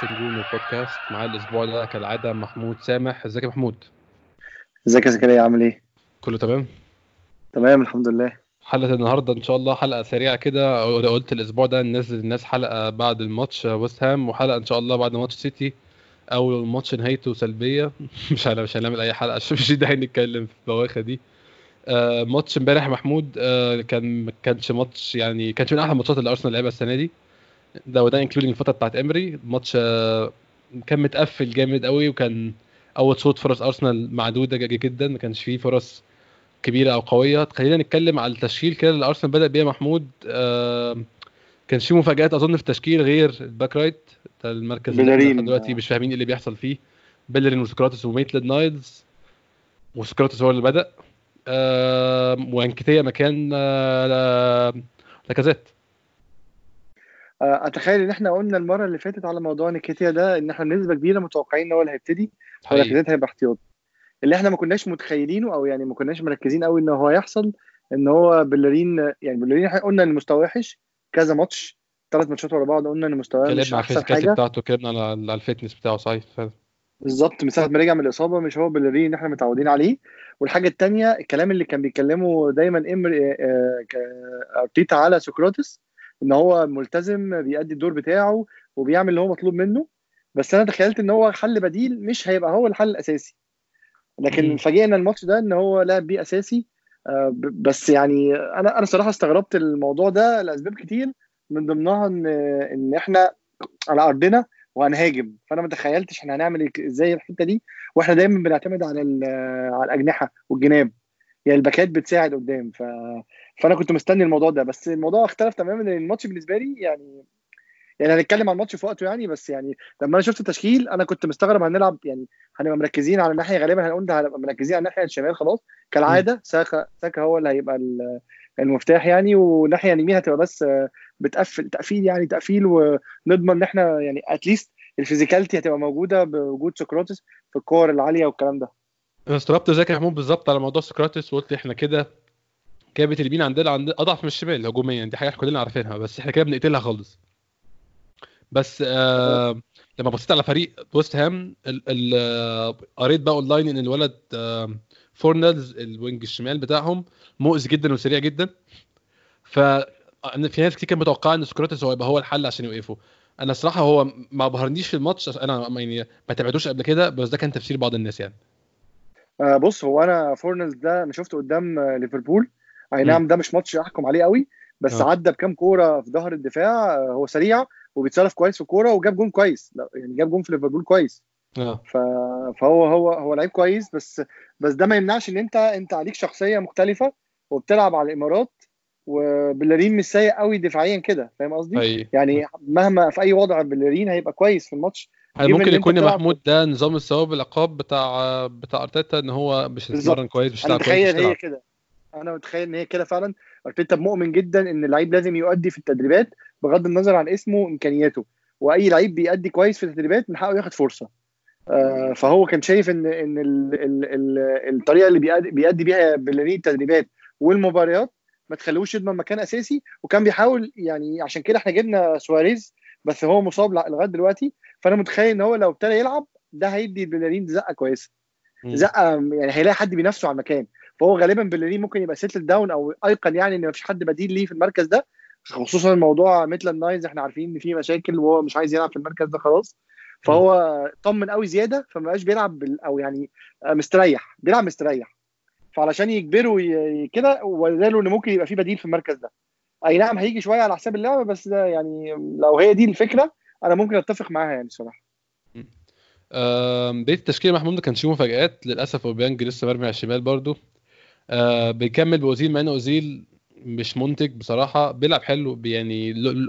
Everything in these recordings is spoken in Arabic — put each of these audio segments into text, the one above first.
نجوم البودكاست. معايا الاسبوع ده كالعاده محمود سامح. ازيك يا محمود؟ ازيك يا زكريا عامل ايه؟ كله تمام. تمام الحمد لله. حلقه النهارده ان شاء الله حلقه سريعه كده. قلت الاسبوع ده ننزل الناس حلقه بعد الماتش ويست هام، وحلقه ان شاء الله بعد ماتش سيتي. او الماتش نهايته سلبيه مش هنعمل اي حلقه عشان مش ده هنتكلم في البواخه دي. ماتش امبارح يا محمود، ما كانش ماتش، يعني كانش من احلى الماتشات اللي ارسنال لعبها السنه دي. ده انكلودينج الفتره بتاعت امري. الماتش كان متقفل جامد قوي، وكان اول شوط فرص ارسنال معدوده جدا، ما كانش فيه فرص كبيره او قويه. خلينا نتكلم على التشكيل كده اللي ارسنال بدا بيه محمود. كان في مفاجات اظن في التشكيل غير الباك رايت. ده المركز اللي احنا لحد بلارين دلوقتي مش فاهمين ايه اللي بيحصل فيه. بيلرين وسكراتس وميتلد نايلز، وسكراتس هو اللي بدا. وانكيتيا مكان لاكازيت. اتخيل ان احنا قلنا المره اللي فاتت على موضوع نيكيتيا ده ان احنا بنسبه كبيره متوقعين ان هو اللي هيبتدي حقيقي. ولاكازيت هيبقى احتياط. اللي احنا ما كناش متخيلينه او يعني ما كناش مركزين قوي ان هو هيحصل ان هو بلارين. يعني بلارين احنا قلنا ان مستواه وحش كذا ماتش، 3 ماتشات ورا بعض قلنا ان مستواه مش اتكلمنا على احسن الفيزيكاليتي حاجه. بتاعته، اتكلمنا على الفتنس بتاعه، صحيح فعلا. بالظبط من ساعه ما رجع من الاصابه مش هو بلارين اللي احنا متعودين عليه. والحاجه التانيه الكلام اللي كان بيتكلمه دايما ارتيتا على سقراطس ان هو ملتزم بيأدي الدور بتاعه وبيعمل اللي هو مطلوب منه. بس انا تخيلت ان هو حل بديل مش هيبقى هو الحل الاساسي، لكن مم. فاجئنا الماتش ده ان هو لعب بيه اساسي. بس يعني انا صراحه استغربت الموضوع ده لاسباب كتير، من ضمنها ان احنا على ارضنا وهنهاجم، فانا ما تخيلتش احنا هنعمل ازاي الحته دي. واحنا دايما بنعتمد على الاجنحه والجناب، يعني الباكات بتساعد قدام فانا كنت مستني الموضوع ده. بس الموضوع اختلف تماما لان الماتش بالنسبه لي يعني هنتكلم عن الماتش في وقته يعني. بس يعني لما انا شفت التشكيل انا كنت مستغرب هنلعب يعني هنبقى مركزين على الناحيه، غالبا هنقول ده هنبقى مركزين على الناحيه الشمال خلاص مم. كالعاده. ساكا هو اللي هيبقى المفتاح يعني، والناحيه اليمين هتبقى بس بتقفل تقفيل يعني تقفيل، ونضمن ان احنا يعني اتليست الفيزيكاليتي هتبقى موجوده بوجود سقراطس في الكور العاليه والكلام ده. انا استغربت زي يا محمود بالظبط على موضوع سقراطس، وقلت احنا كده جابت اليمين عندنا اضعف من الشمال هجوميا، دي حاجه احنا كلنا عارفينها، بس احنا كده بنقتلها خالص. بس لما بصيت على فريق ويست هام قريت بقى اونلاين ان الولد فورنالز الوينج الشمال بتاعهم مؤذي جدا وسريع جدا. ف في ناس كتير كانت متوقعه ان سقراطس هو يبقى هو الحل عشان يوقفه. انا الصراحه هو ما بهرنيش في الماتش، انا يعني ما تابعتوش قبل كده، بس ده كان تفسير بعض الناس يعني. بص هو انا فورنالز ده انا شفته قدام ليفربول. اي امم. نعم ده مش ماتش احكم عليه قوي، بس اه. عدى بكام كوره في ظهر الدفاع. هو سريع وبيتصرف كويس في الكوره وجاب جون كويس، لا يعني جاب جون في ليفربول كويس. اه. ف... فهو لعيب كويس. بس ده ما يمنعش ان انت عليك شخصيه مختلفه وبتلعب على الامارات، وبلارين مش سيء قوي دفاعيا كده، فاهم قصدي؟ هي يعني مهما في اي وضع بلارين هيبقى كويس في الماتش. هل جيفن ممكن ان انت يكون يا بتلعب. محمود ده نظام الثواب والعقاب بتاع ارتيتا، ان هو مش هتتمرن بالظبط كويس، مش انا هتلعب كويس، مش متخيل هي هتلعب؟ كده. انا متخيل ان هي كده فعلا. ارتيتا مؤمن جدا ان اللعيب لازم يؤدي في التدريبات بغض النظر عن اسمه وامكانياته، واي لعيب بيأدي كويس في التدريبات من حقه ياخد فرصه. فهو كان شايف ان الطريقه اللي بيأدي بيها بلارين التدريبات والمباريات ما تخلوش يضمن مكان اساسي، وكان بيحاول يعني عشان كده احنا جبنا سواريز بس هو مصاب لغايه دلوقتي. فانا متخيل ان هو لو ابتدى يلعب ده هيدي بلارين زقه كويسه، مم. زقه يعني هيلاقي حد بينافسه على المكان. فهو غالبا بلرين ممكن يبقى سيتل داون او ايقن يعني ان مفيش حد بديل ليه في المركز ده، خصوصا الموضوع ميتلاند ناينز احنا عارفين ان في مشاكل وهو مش عايز يلعب في المركز ده خلاص. مم. فهو طمن قوي زياده فما بقاش بيلعب او يعني مستريح، بيلعب مستريح. فعلشان يجبروا كده وقالوا ان ممكن يبقى في بديل في المركز ده. اي نعم هيجي شويه على حساب اللعبه، بس ده يعني لو هي دي الفكره انا ممكن اتفق معاها يعني صراحه. مم. بقيت التشكيله محمود ما كانش فيه مفاجآت للاسف، وبيانج لسه مرمي على الشمال برضو. بيكمل باوزيل، مع ان اوزيل مش منتج بصراحه، بيلعب حلو يعني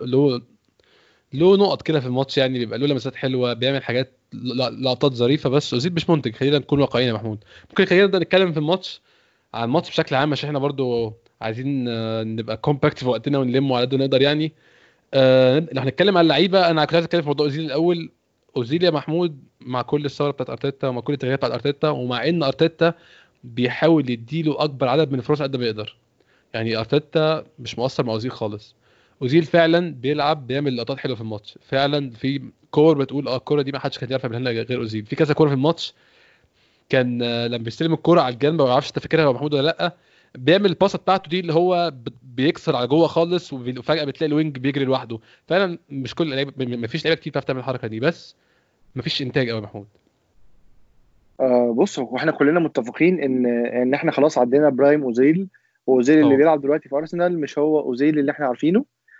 له نقط كده في الماتش، يعني بيبقى له لمسات حلوه، بيعمل حاجات لقطات ظريفه، بس اوزيل مش منتج. خلينا نكون واقعيين يا محمود. ممكن خلينا نبدا نتكلم في الماتش، عن الماتش بشكل عام، عشان احنا برضو عايزين نبقى كومباكت في وقتنا ونلم على قد ما نقدر يعني. لو هنتكلم على اللعيبه، انا كنت عايز اتكلم في موضوع اوزيل الاول. اوزيل يا محمود مع كل الثوره بتاعت ارتيتا ومع كل التغييرات بتاعت ارتيتا، ومع ان ارتيتا بيحاول يديله اكبر عدد من الفرص قد ما يقدر، يعني ارتيتا مش مقصر مع اوزيل خالص. اوزيل فعلا بيلعب، بيعمل لقطات حلوه في الماتش، فعلا في كور بتقول الكوره دي ما حدش كان يعرف يعملها غير اوزيل. في كذا كوره في الماتش كان لما بيستلم الكوره على الجنب ما اعرفش انت فاكرها يا محمود ولا لا، بيعمل الباصه بتاعته دي اللي هو بيكسر على جوه خالص وفجاه بتلاقي الوينج بيجري لوحده. فعلا مش كل لعيبه، ما فيش لعيبه كتير بتعرف تعمل الحركه دي، بس ما فيش انتاج قوي يا محمود. بص، هو احنا كلنا متفقين ان احنا خلاص عدينا برايم اوزيل، واوزيل اللي اه بيلعب دلوقتي في ارسنال مش هو اوزيل اللي احنا عارفينه.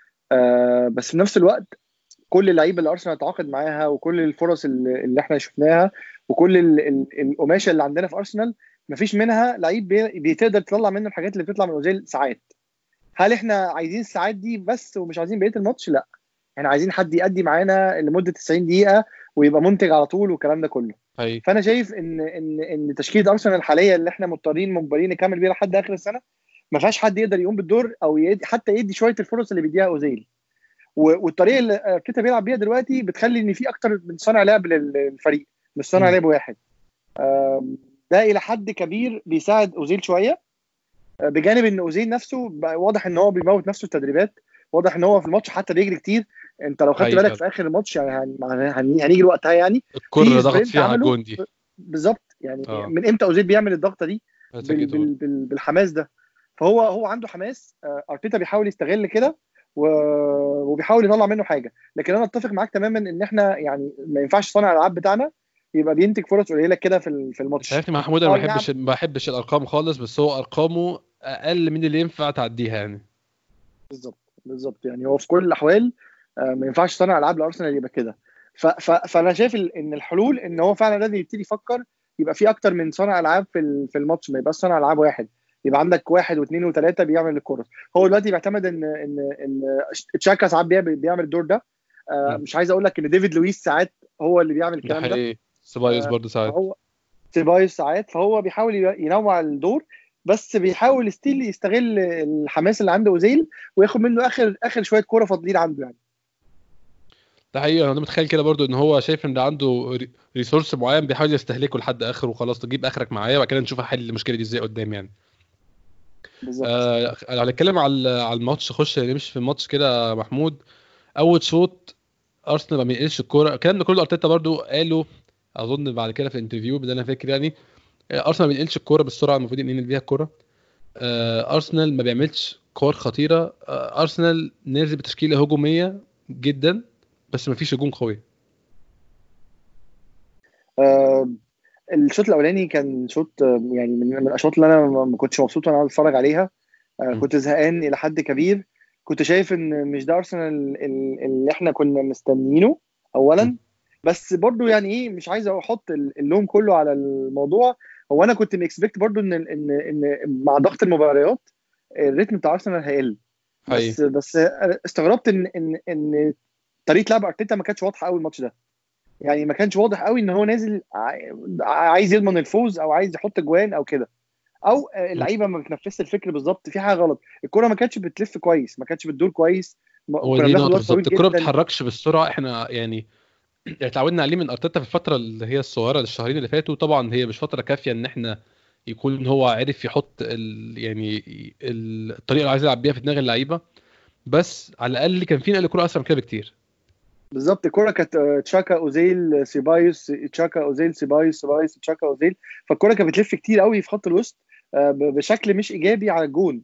بس في نفس الوقت كل اللعيبه اللي ارسنال تعاقد معاها وكل الفرص اللي احنا شفناها وكل القماشه اللي عندنا في ارسنال مفيش منها لعيب بتقدر تطلع منه الحاجات اللي بتطلع من اوزيل ساعات. هل احنا عايزين الساعات دي بس ومش عايزين بقيه الماتش؟ لا، احنا عايزين حد يأدي معانا لمده 90 دقيقه ويبقى منتج على طول والكلام ده كله. هي فانا شايف ان تشكيله ارسنال الحاليه اللي احنا مجبرين نكمل بيها لحد اخر السنه ما فيهاش حد يقدر يقوم بالدور او حتى يدي شويه الفرص اللي بيديها اوزيل. والطريقه اللي ارتيتا بيلعب بيها دلوقتي بتخلي ان في اكتر من صانع لعب للفريق، مش صانع لعب واحد. ده الى حد كبير بيساعد اوزيل شويه، بجانب ان اوزيل نفسه بقى واضح ان هو بيموت نفسه التدريبات، واضح ان هو في الماتش حتى بيجري كتير. انت لو خدت هي بالك فعلا في اخر الماتش يعني هنيجي لوقتها يعني الكره في اللي ضغط سبرنت فيها على عمله الجون دي. بالظبط. يعني اه من امتى اوزيل بيعمل الضغطه دي سجلت برضه. بالحماس ده؟ فهو عنده حماس. ارتيتا بيحاول يستغل كده وبيحاول يطلع منه حاجه. لكن انا اتفق معاك تماما ان احنا يعني ما ينفعش صانع الالعاب بتاعنا يبقى بينتج فرص قليله كده في انت الماتش. عارفني محمود انا ما نعم. بحبش الارقام خالص، بس هو ارقامه اقل من اللي ينفع تعديها يعني. بالظبط يعني هو في كل الاحوال ما ينفعش صانع العاب الارسنال يبقى كده. فانا شايف ان الحلول ان هو فعلا لازم يبتدي يفكر يبقى في اكتر من صانع العاب في الماتش، ما يبقاش صانع العاب واحد، يبقى عندك واحد واثنين وثلاثه بيعمل الكره. هو دلوقتي بيعتمد ان تشاكا ساعات بيعمل الدور ده. مم. مش عايز اقول لك ان ديفيد لويس ساعات هو اللي بيعمل ده الكلام ده. حقيقي، سيبايوس برضه ساعات. فهو سيبايوس ساعات، فهو بيحاول ينوع الدور، بس بيحاول ستيل يستغل الحماس اللي عنده اوزيل وياخد منه اخر شويه كوره فاضلين عنده يعني. ده حقيقي، انا متخيل كده برضو ان هو شايف ان عنده ريسورس معين بيحاول يستهلكه لحد اخر وخلاص تجيب اخرك معايا وبعد كده نشوف حل المشكله دي ازاي قدام يعني. بالظبط. هنتكلم على الماتش، خش نمشي في الماتش كده يا محمود. اول شوط ارسنال ما بينقلش الكوره، الكلام ده كله ارتيتا برضو قاله اظن بعد كده في الانترفيو اللي انا فاكر يعني. ارسنال ما بينقلش الكوره بالسرعه المفروض ينقل بيها الكوره. ارسنال ما بيعملش كور خطيره. ارسنال نازل بتشكيله هجوميه جدا بس ما فيش هجوم قوي. آه الشوط الاولاني كان شوط يعني من الاشواط اللي انا ما كنتش مبسوط وانا بتفرج عليها. م. كنت زهقان الى حد كبير. كنت شايف ان مش ده ارسنال اللي احنا كنا مستنيينه م. اولا. بس برضو يعني ايه، مش عايز احط اللوم كله على الموضوع. هو انا كنت مكسبكت برضو ان مع ضغط المباريات الريتم بتاع ارسنال هيقل. حقيقي. بس استغربت ان طريقه لعب ارتيتا ما كانتش واضحه قوي الماتش ده. يعني ما كانش واضح قوي ان هو نازل عايز يضمن الفوز او عايز يحط جوان او كده، او م. اللعيبه ما بتنفذش الفكر بالظبط، في حاجه غلط. الكره ما كانتش بتلف كويس، ما كانتش بتدور كويس، هو كنا دي بناخد نقطة وقت طويل بالظبط، الكرة ما جدا. بتتحركش بالسرعة. احنا يعني اتعودنا عليه من ارتيتا في الفترة اللي هي الصغيرة للشهرين اللي فاتوا، طبعا هي مش فترة كافية ان احنا يكون هو عارف يحط يعني الطريقة اللي عايز يلعب بيها في دماغ اللعيبة، بس على الاقل كان في نقل الكرة اسرع من كده بكتير. بالظبط الكره كانت تشاكا اوزيل سيبايوس، تشاكا اوزيل سيبايوس، سيبايوس تشاكا اوزيل. فالكره كانت بتلف كتير قوي في خط الوسط بشكل مش ايجابي على الجون.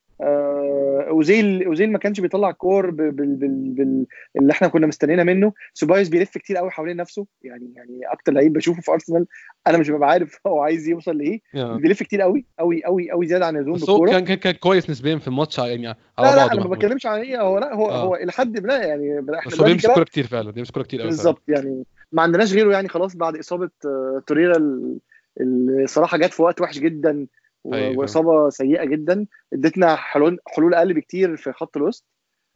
اوزيل ما كانش بيطلع كور اللي احنا كنا مستنينا منه. سوبايوس بيلف كتير قوي حوالين نفسه، يعني اكتر لعيب بشوفه في ارسنال انا مش ببقى عارف هو عايز يوصل لايه. yeah. بيلف كتير قوي قوي قوي قوي زياده عن اللزوم بس هو بالكوره. كان كويس نسبيا في الماتش يعني على لا بعضه انا ما محمود. بتكلمش عن ايه، هو لا هو اه الى حد ما يعني احنا بس هو دلوقتي بيمسك كرة كده. كتير فعلا، بيمسك كرة كتير قوي فعلا. بالظبط يعني ما عندناش غيره يعني خلاص بعد اصابه توريرا اللي صراحه جت في وقت وحش جدا ايوه واصابه سيئه جدا. ادتنا حلول اقل بكتير في خط الوسط.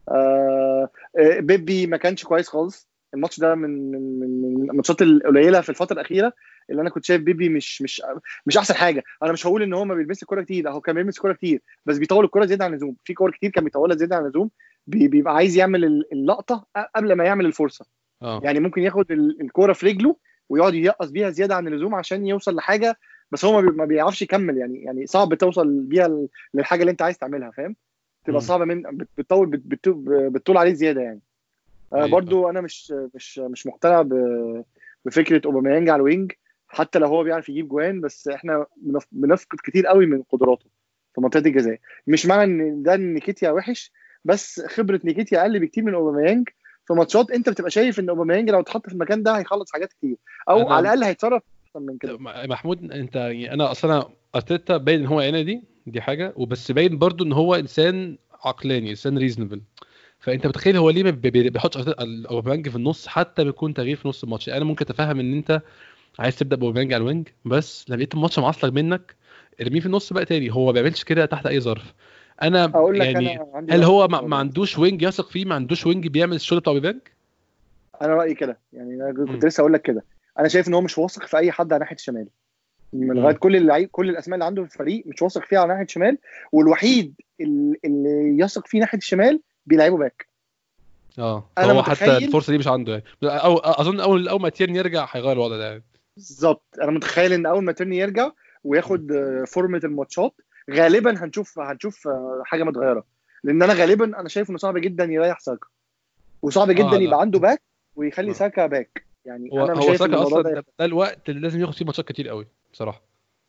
بيبي ما كانش كويس خالص الماتش ده، من الماتشات القليله في الفتره الاخيره اللي انا كنت شايف بيبي مش احسن حاجه. انا مش هقول ان هو ما بيلمس الكوره كتير، لا هو كان بيلمس الكوره كتير بس بيطول الكوره زياده عن اللزوم. في كور كتير كان بيطولها زياده عن اللزوم، بيبقى عايز يعمل اللقطه قبل ما يعمل الفرصه. اه يعني ممكن ياخد الكوره في رجله ويقعد يقص بيها زياده عن اللزوم عشان يوصل لحاجه، بس هو ما بيعرفش يكمل. يعني صعب توصل بيها للحاجه اللي انت عايز تعملها، فاهم؟ تبقى م. صعبه، من بتطول عليه زياده يعني. ايوه برضو انا مش مقتنع بفكره اوباميانج على الوينج، حتى لو هو بيعرف يجيب جوان، بس احنا بنفقد كتير قوي من قدراته في منطقه الجزاء. مش معنى ان ده نيكيتيا وحش، بس خبره نيكيتيا اقل بكتير من اوباميانج في ماتشات انت بتبقى شايف ان اوباميانج لو اتحط في المكان ده هيخلص حاجات كتير، او على انا الاقل هيتصرف احسن من كده. محمود انت يعني انا اصلا ارتيتا باين ان هو عنادي، دي حاجه، وبس باين برضو ان هو انسان عقلاني، انسان ريزونبل. فانت متخيل هو ليه ما بيحطش اوباميانج في النص حتى بيكون تغيير في نص الماتش؟ انا ممكن اتفهم ان انت عايز تبدا باوباميانج على الوينج، بس لو لقيت الماتش معصلك منك ارميه في النص بقى تاني. هو ما بيعملش كده تحت اي ظرف. انا اقول لك يعني انا عندي هل راي هو في ما الموضوع ده. عندوش وينج يثق فيه؟ ما عندوش وينج بيعمل الشغل بتاع اوباميانج؟ انا رايي كده، يعني انا امم كنت لسه اقول لك كده. انا شايف ان هو مش واثق في اي حد على ناحيه الشمال، من لغايه امم كل اللعيب، كل الاسماء اللي عنده في الفريق مش واثق فيها على ناحيه الشمال. والوحيد اللي يثق فيه ناحيه الشمال بيلعبه باك. اه، انا فهو حتى متخيل الفرصه دي مش عنده يعني، او اظن اول ما تيرن يرجع هيغير الوضع ده يعني. بالظبط، انا متخيل ان اول ما تيرني يرجع مم. وياخد فورمه الماتشات، غالبا هنشوف حاجه متغيره. لان انا غالبا انا شايف انه صعب جدا يريح ساكا، وصعب جدا اه لا، يبقى عنده باك ويخلي آه. ساكا باك. يعني هو انا مش هو شايف ان ساكا الموضوع اصلا ده ده الوقت اللي لازم ياخد فيه ماتشات كتير قوي بصراحه.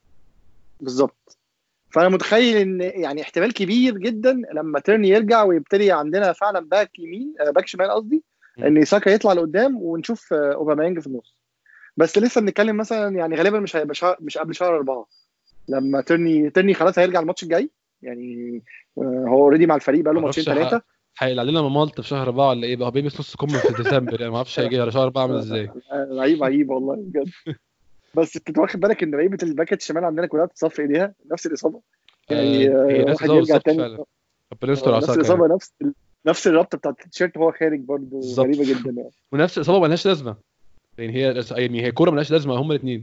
بالظبط. فانا متخيل ان يعني احتمال كبير جدا لما تيرني يرجع ويبتدي عندنا فعلا باك يمين، باك شمال قصدي، مم. ان ساكا يطلع لقدام ونشوف اوباميانج في النص. بس لسه بنتكلم مثلا، يعني غالبا مش هيبقى مش قبل شهر 4 لما تيرني خلاص هيرجع الماتش الجاي يعني. هو اوريدي مع الفريق بقى له ماتشين معرفش 3. هيقلع لنا مالت في شهر 4 ولا ايه بقى؟ هو بيلبس نص كم في ديسمبر يعني، ما اعرفش هيجي على شهر 4 عامل ازاي. لعيب عيب والله بجد. بس انت واخد بالك ان لعيبه الباكت الشمال عندنا كلها بتصفي ايديها نفس الاصابه؟ يعني هي نفس واحد الاصابه يرجع بالظبط تاني. فعلا. ربنا يستر على نفس ساكا يعني. الاصابه، نفس الرابطه بتاعت التيشيرت وهو خارج برضو، بالظبط. غريبه جدا يعني. ونفس الاصابه ملهاش لازمه، يعني هي كوره ملهاش لازمه هما الاثنين.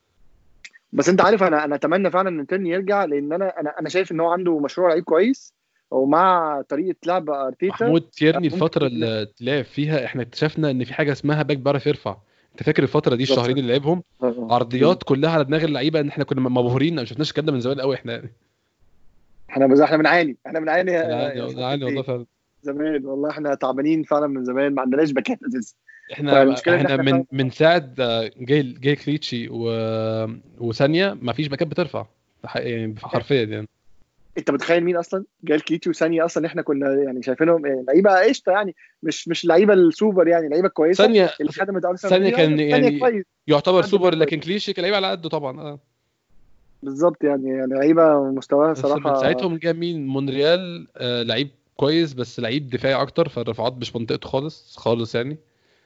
بس انت عارف، انا اتمنى فعلا ان تاني يرجع، لان انا شايف ان هو عنده مشروع لعيب كويس، ومع طريقه لعب ارتيتا محمود تيرني ممكن الفتره اللي لعب فيها احنا اكتشفنا ان في حاجه اسمها باك بيعرف يرفع. انت فاكر الفتره دي بالظبط. الشهرين اللي لعبهم عرضيات كلها على دماغ اللعيبه، ان احنا كنا مبهورين ما شفناش الكلام ده من زمان قوي احنا يعني. احنا بنعاني يعني يا صاحبي يعني والله البيت. فعلا. زمان والله احنا تعبانين فعلا من زمان، ما عندناش باكات اساسا. احنا فالمشكله ان احنا احنا من فعلا ساعه جاي كليتشي وثانيه ما فيش باكات بترفع، يعني حرفيا يعني. انت متخيل مين اصلا جال كيتي وثانيه اصلا احنا كنا يعني شايفينهم لعيبه قشطه يعني، مش لعيبه السوبر، يعني لعيبه كويسه ثانيه اللي خدمت ارسنال ثانيه اوريدي. كان ثانيه يعني كويس يعتبر لحد ما سوبر، كويس. لكن كليشي كان لعيب على قده طبعا بالظبط، يعني لعيبه مستواها بس من صراحه. ساعتهم جه مين؟ مونريال، لعيب كويس بس لعيب دفاعي اكتر، فالرفعات مش منطقته خالص خالص يعني.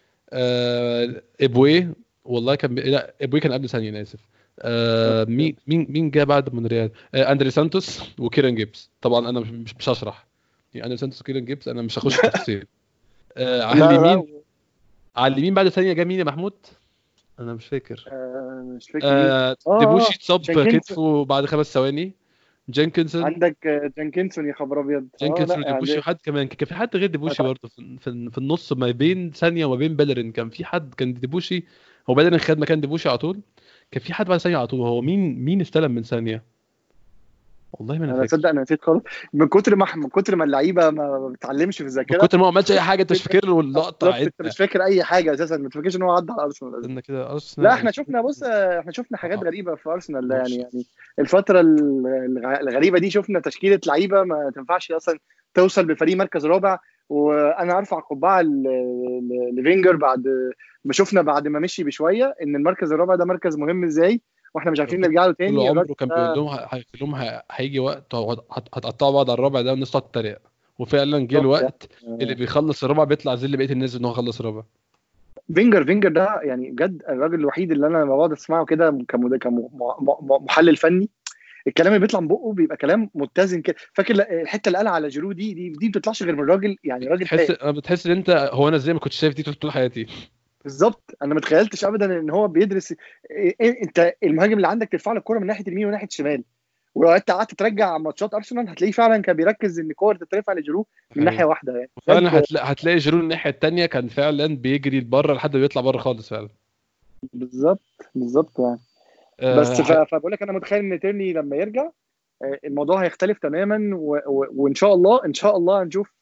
ابويه، والله كان لا ابويه كان قبل ثانيه، انا اسف. مين جه بعد مونريال؟ اندري سانتوس وكيران جيبس. طبعا انا مش هشرح يعني اندري سانتوس وكيران جيبس، انا مش هخش في تفاصيل. على لا اليمين، لا بعد ثانيه جه مين يا محمود؟ انا مش فاكر. مش فاكر مين. ديبوشي اتصاب جنكنسون. كتفه بعد 5 ثواني. جينكنسون. عندك جنكنسون يا خبر ابيض. جينكنسون لا وديبوشي يعني وحد كمان، كان في حد غير ديبوشي برضه في النص ما بين ثانيه وما بين بيلرين، كان في حد كان ديبوشي. هو بيلرين خد مكان ديبوشي على طول. كان في حد بعد ثانيه على طول، هو مين استلم من ثانيه؟ والله ما انا انا تصدق فاكر. انا نسيت خالص، من كتر ما اللعيبه ما بتتعلمش في من الذاكره. كتر ما هو ما عملش اي حاجه انت مش فاكر له اللقطه بالظبط، انت عدة. مش فاكر اي حاجه اساسا، ما تفكرش ان هو عدى على ارسنال. استنى كده، لا ارسنال احنا شفنا، بص احنا شفنا حاجات غريبه في ارسنال ده، يعني 2012. يعني الفتره الغريبه دي شفنا تشكيله لعيبه ما تنفعش اصلا توصل بفريق مركز رابع. وانا ارفع قبعه لفينجر بعد ما شفنا، بعد ما مشي بشويه، ان المركز الرابع ده مركز مهم ازاي، واحنا مش عارفين نرجع له طول تاني الراجل عمره كان بيقول ده. لهم هيقول لهم هيجي وقت هتقطعوا بعض على الرابع ده والناس تقعد تتريق. وفعلا جه بالظبط يعني. الوقت اللي بيخلص الرابع بيطلع زي اللي بقيه الناس ان هو خلص الرابع. فينجر ده يعني بجد الراجل الوحيد اللي انا لما بقعد اسمعه كده كمحلل فني، الكلام اللي بيطلع من بقه بيبقى كلام متزن كده. فاكر الحته اللي قالها على جيرو دي ما بتطلعش غير من راجل، يعني راجل فاهم. بتحس ان انت هو انا ازاي ما كنتش شايف دي طول حياتي. بالظبط، انا ما تخيلتش ابدا ان هو بيدرس انت المهاجم اللي عندك ترفع له الكوره من ناحيه اليمين وناحيه الشمال. ولو انت قعدت ترجع ماتشات ارسنال هتلاقيه فعلا كان بيركز ان الكور تترفع لجيرو من ناحيه حقيقي. واحده يعني فعلا بجد. هتلاقي جيرو الناحيه التانيه كان فعلا بيجري لبره لحد ما يطلع بره خالص فعلا. بالظبط بالظبط يعني. آه بس ح- فبقول لك انا متخيل ان تيرني لما يرجع الموضوع هيختلف تماما، وان شاء الله ان شاء الله هنشوف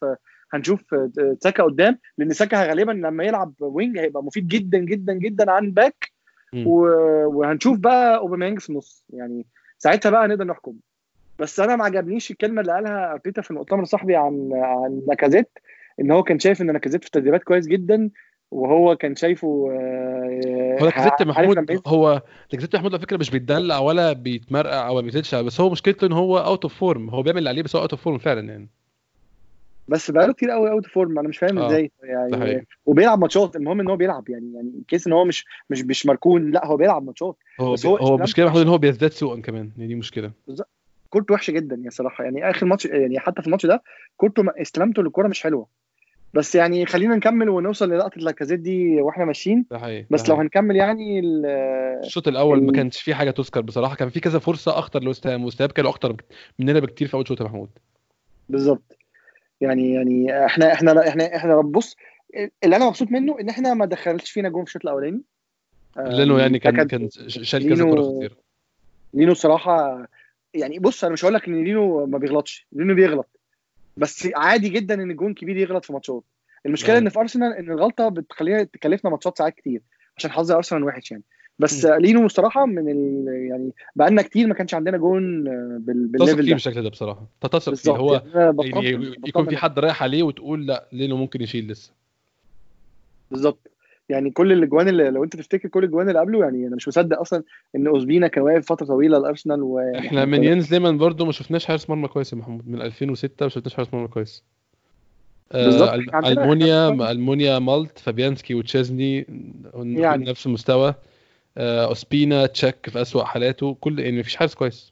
هنشوف ساكا قدام، لان ساكا غالبا لما يلعب وينج هيبقى مفيد جدا جدا جدا عن باك، وهنشوف بقى اوباميانج في النص يعني. ساعتها بقى نقدر نحكم. بس انا ما عجبنيش الكلمه اللي قالها ارتيتا في المؤتمر الصحفي عن لاكازيت، ان هو كان شايف ان لاكازيت في التدريبات كويس جدا، وهو كان شايفه هو لاكازيت عارف لما محمود، هو لاكازيت محمود على فكره مش بيتدلع ولا بيتمرقع او ما بيزيدش، بس هو مشكلته ان هو اوت اوف فورم، هو بيعمل اللي عليه بس هو اوت اوف فورم فعلا يعني. بس بقاله كتير قوي اوت فورم، انا مش فاهم اه ازاي ده يعني. حقيقي. وبيلعب ماتشات، المهم ان هو بيلعب يعني كيس ان هو مش مركون، لا هو بيلعب ماتشات. بس هو هو استلامته مشكله محمود ان وحشه. هو بيزداد سوءا كمان، يعني دي مشكله. بالظبط. كورته وحشه جدا يا صراحه يعني، اخر ماتش يعني حتى في الماتش ده كورته استلامته للكوره مش حلوه. بس يعني خلينا نكمل ونوصل للقطه لاكازيت دي واحنا ماشيين. ده حقيقي ده بس لو حقيقي. هنكمل يعني الشوط الاول ما ال... كانش فيه حاجه تذكر بصراحه، كان في كذا فرصه اخطر لوست هام، وست هام كانوا اخطر مننا بكتير في اول شوط يا محمود. بالظبط. يعني احنا بص، اللي انا مبسوط منه ان احنا ما دخلش فينا جون في الشوط الاولاني. لانه يعني ده كان كان شال كذا كره لينو. خطيره. لينو الصراحه يعني، بص انا مش هقول لك ان لينو ما بيغلطش، لينو بيغلط، بس عادي جدا ان الجون كبير يغلط في ماتشات. ده المشكله حقيقي. ان في ارسنال ان الغلطه بتخلينا تكلفنا ماتشات ساعات كتير، عشان حظ ارسنال وحش يعني. بس مم. لينو الصراحه يعني بقالنا كتير ما كانش عندنا جون تثق بالليفل فيه ده. بالشكل ده بصراحه، تثق فيه بالظبط هو. يعني انا يعني يكون في بطمن. حد رايح عليه وتقول لا لينو ممكن يشيل لسه. بالظبط. يعني كل الاجوان اللي لو انت تفتكر كل الاجوان اللي قبله، يعني انا مش مصدق اصلا ان اوزبينا كان واقف فتره طويله الارسنال، ويعني احنا احنا من كنا. ينز ليمان برضو ما شفناش حارس مرمى كويس يا محمود، من 2006 ما شفناش حارس مرمى كويس. بالظبط احنا عندنا المونيا بنتكلم المونيا مالت فابيانسكي وتشيزني يعني. نفس المستوى. اوسبينا تشاك في اسوأ حالاته، كل يعني مفيش حارس كويس.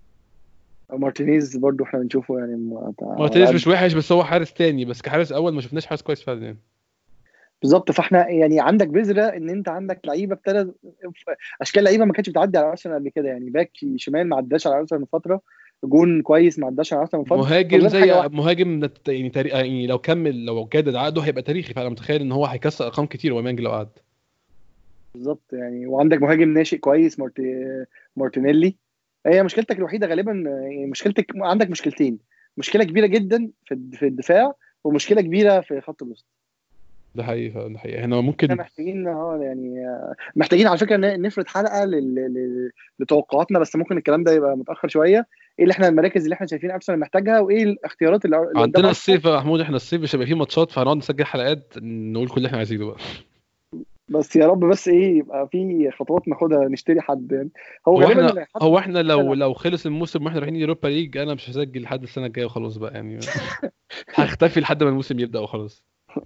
مارتينيز برضو احنا بنشوفه يعني على مارتينيز قد. مش وحش، بس هو حارس تاني، بس كحارس اول ما شفناش حارس كويس فعلا يعني. بالظبط. فاحنا يعني عندك بذره ان انت عندك لعيبه ابتدى، اشكال لعيبه ما كانتش بتعدي على ارسنال قبل كده يعني. باك شمال ما عداش على ارسنال من فتره، جون كويس ما عداش على ارسنال من فتره، مهاجم فاضل حاجه زي واحده. مهاجم يعني يعني لو كمل، لو جدد عقده هيبقى تاريخي فانا متخيل ان هو هيكسر ارقام كتير ومانج لو قعد. بالظبط يعني. وعندك مهاجم ناشئ كويس مارتينيلي. هي مشكلتك الوحيده غالبا يعني، مشكلتك عندك مشكلتين: مشكله كبيره جدا في الدفاع، ومشكله كبيره في خط الوسط. ده حقيقي فعلا، ده حقيقي. احنا احنا ممكن محتاجين يعني محتاجين على فكره نفرد حلقه لتوقعاتنا، بس ممكن الكلام ده يبقى متاخر شويه. ايه اللي احنا المراكز اللي احنا شايفين ارسنال محتاجها، وايه الاختيارات اللي قدام عندنا ارسنال. الصيف يا محمود، احنا الصيف مش هيبقى فيه ماتشات، فهنقعد نسجل حلقات نقول كل اللي احنا عايزينه بقى. بس يا رب بس ايه يبقى في خطوات ناخدها، نشتري حد يعني. هو هو غالبا احنا اللي هيحط هو احنا كده لو خلص الموسم واحنا رايحين يوروبا ليج، انا مش هسجل لحد السنه الجايه وخلاص بقى يعني. هختفي لحد ما الموسم يبدا وخلاص.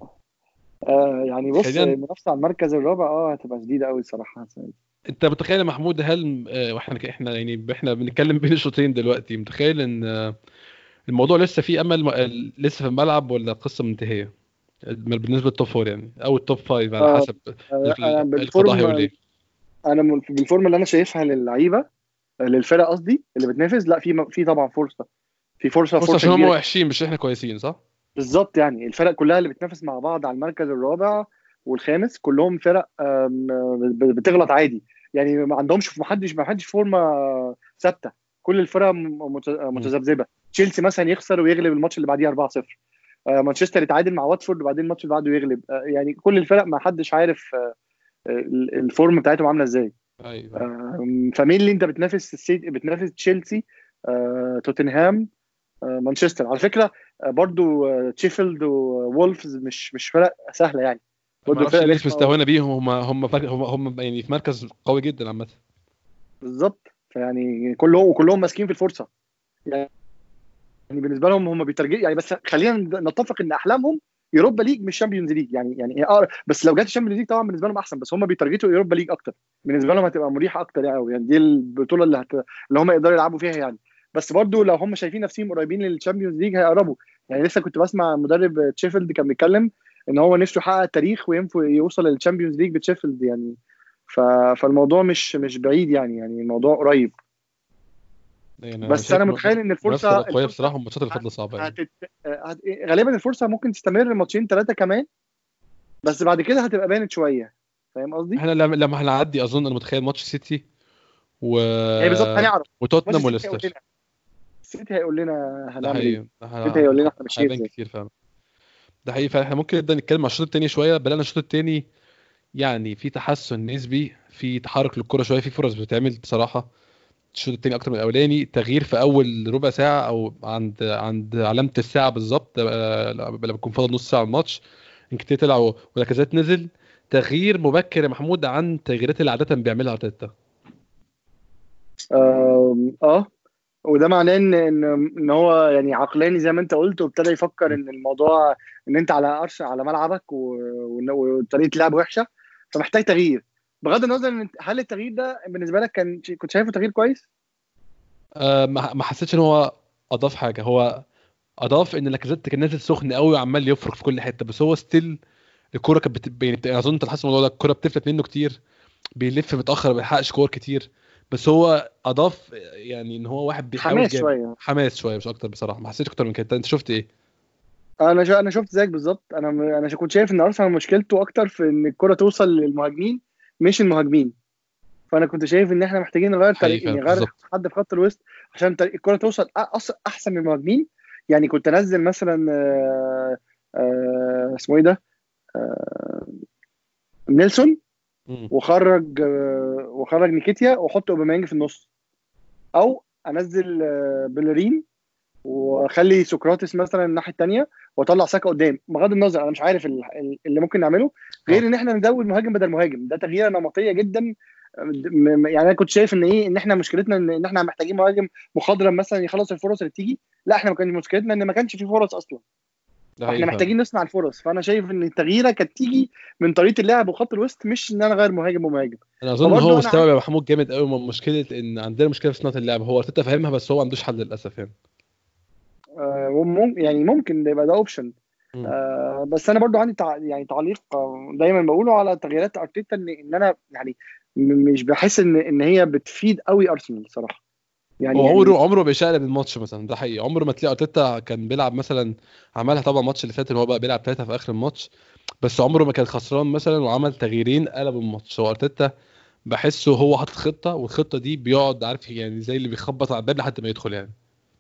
يعني بص، خلينا. المنافسه على المركز الرابع هتبقى شديده قوي الصراحه. انت متخيل يا محمود، هل واحنا يعني احنا بنتكلم بين الشوطين دلوقتي، متخيل ان الموضوع لسه فيه امل، لسه في الملعب، ولا القصه منتهيه بالنسبه للتوب فور يعني، او التوب فايف على آه حسب انا القضاء هيقول بالفورم، ايه. بالفورم اللي انا شايفها للعيبه، للفرق قصدي اللي بتنافس، لا في طبعا فرصه، في فرصه فرصه فرصه عشان هم كبيره. وحشين مش احنا كويسين، صح؟ بالظبط يعني الفرق كلها اللي بتنافس مع بعض على المركز الرابع والخامس كلهم فرق بتغلط عادي يعني. ما حدش فورمه ثابته. كل الفرق مم. متذبذبه. تشيلسي مثلا يخسر ويغلب الماتش اللي بعديه 4-0. مانشستر يتعادل مع واتفورد وبعدين الماتش اللي بعده يغلب. يعني كل الفرق ما حدش عارف الفورم بتاعتهم عامله ازاي. ايوه. فمين اللي انت بتنافس السيتي، بتنافس تشيلسي، توتنهام، مانشستر على فكره. برضو تشيفيلد وولفز مش فرق سهله يعني. ما برضو اعرفش فرق ليه مش رخمه. مستهونه بيهم، هم يعني في مركز قوي جدا عامه. بالظبط. فيعني كلهم ماسكين في الفرصه يعني. بالنسبه لهم هم بيترجموا يعني. بس خلينا نتفق ان احلامهم يوروبا ليج مش شامبيونز ليج يعني بس لو جت الشامبيونز ليج طبعا بالنسبه لهم احسن، بس هم بيترجتوا يوروبا ليج اكتر. بالنسبه لهم هتبقى مريحه اكتر يعني دي البطوله اللي هم يقدروا يلعبوا فيها يعني. بس برضو لو هم شايفين نفسهم قريبين للشامبيونز ليج هيقربوا. يعني لسه كنت بسمع مدرب تشيفيلد كان بيتكلم ان هو نفسه يحقق التاريخ وينفع يوصل للشامبيونز ليج بتشيفيلد يعني. فالموضوع مش بعيد يعني الموضوع قريب. يعني انا بس شايف انا متخيل ان المنافسه الفرصه تبقى قويه بصراحه، والماتشات اللي فاضله صعبه يعني. هتت... غالبا الفرصه ممكن تستمر ماتشين ثلاثه كمان، بس بعد كده هتبقى بانت شويه. فاهم قصدي؟ احنا لما هنعدي اظن، انا متخيل ماتش سيتي و... يعني بالظبط هنعرف. ماتش وتوتنهام السيتي هيقول لنا، وليستر. السيتي هيقول لنا ده هنعمل ايه. حقيقي، السيتي هيقول لنا احنا ماشيين هيبان ازاي. كتير فعلا. ده حقيقي فعلا. احنا ممكن نبدا نتكلم على الشوط الثاني شويه. بلانا الشوط الثاني يعني في تحسن نسبي، في تحرك للكره شويه، في فرص بتتعمل بصراحه. الشوط الثاني اكتر من الاولاني. تغيير في اول ربع ساعه او عند علامه الساعه بالظبط، لما بيكون فاضل نص ساعه على الماتش، انكتي طلع ولاكازيت نزل. تغيير مبكر يا محمود عن التغييرات اللي عاده بيعملها ارتيتا. اه وده معناه ان هو يعني عقلاني زي ما انت قلت، وابتدى يفكر ان الموضوع ان انت على على ملعبك وطريقه لعب وحشه، فمحتاج تغيير. بغض النظر هل التغيير ده بالنسبه لك كنت شايفه تغيير كويس؟ ما حسيتش ان هو اضاف حاجه. هو اضاف ان لاكازيت كان نازل سخن قوي وعمال يفرك في كل حته، بس هو ستيل الكوره كانت يعني اظن انت حاسس الموضوع ده، الكوره بتفلت منه كتير، بيلف متاخر، ما بيلحقش كور كتير. بس هو اضاف يعني ان هو واحد بيحاول حماس جامد، شويه. حماس شويه مش اكتر بصراحه. ما حسيتش اكتر من كده. انت شفت ايه؟ انا شفت زيك بالظبط. انا كنت شايف ان ارسنال مشكلته اكتر في ان الكره توصل للمهاجمين مش المهاجمين. فانا كنت شايف ان احنا محتاجين نغير حقيقي طريق، فعلا نغير بالظبط. حد في خط الوسط عشان الكره توصل احسن من المهاجمين. يعني كنت انزل مثلا اسمه ايه ده، آه، نيلسون، مم. وخرج نيكيتيا واحط اوباميانج في النص، او انزل بلرين واخلي سقراطس مثلا الناحيه الثانيه واطلع ساكا قدام. بغض النظر انا مش عارف اللي ممكن نعمله اه غير ان احنا نزود مهاجم بدل مهاجم. ده تغيير نمطيه جدا. يعني انا كنت شايف ان ايه، ان احنا مشكلتنا ان احنا محتاجين مهاجم مخضرم مثلا يخلص الفرص اللي بتيجي. لا، احنا ما كانش مشكلتنا ان ما كانش في فرص اصلا، ده حقيقي فاحنا فعلا. محتاجين نصنع الفرص. فانا شايف ان التغييره كانت تيجي من طريقه اللعب وخط الوسط، مش ان انا اغير مهاجم ومهاجم. انا اظن ان هو فبرضه انا مستوعب عندي يا محمود جامد قوي من مشكله ان عندنا مشكله في صناعه اللعب. هو ارتيتا فاهمها بس هو ما عندوش حل للاسف يعني. يعني ممكن ده يبقى ده اوبشن. مم. بس انا برضو عندي يعني تعليق دايما بقوله على تغييرات ارتيتا، ان انا يعني مش بحس ان هي بتفيد قوي ارسنال صراحه. يعني هو يعني عمره ما بيشقلب الماتش مثلا، ده حقيقي. عمره ما تلاقي ارتيتا كان بيلعب مثلا، عملها طبعا الماتش اللي فات ان هو بقى بيلعب ثلاثه في اخر الماتش، بس عمره ما كان خسران مثلا وعمل تغييرين قلب الماتش. هو ارتيتا بحسه هو حاطط خطه، والخطه دي بيقعد عارف يعني زي اللي بيخبط على الباب لحد ما يدخل يعني.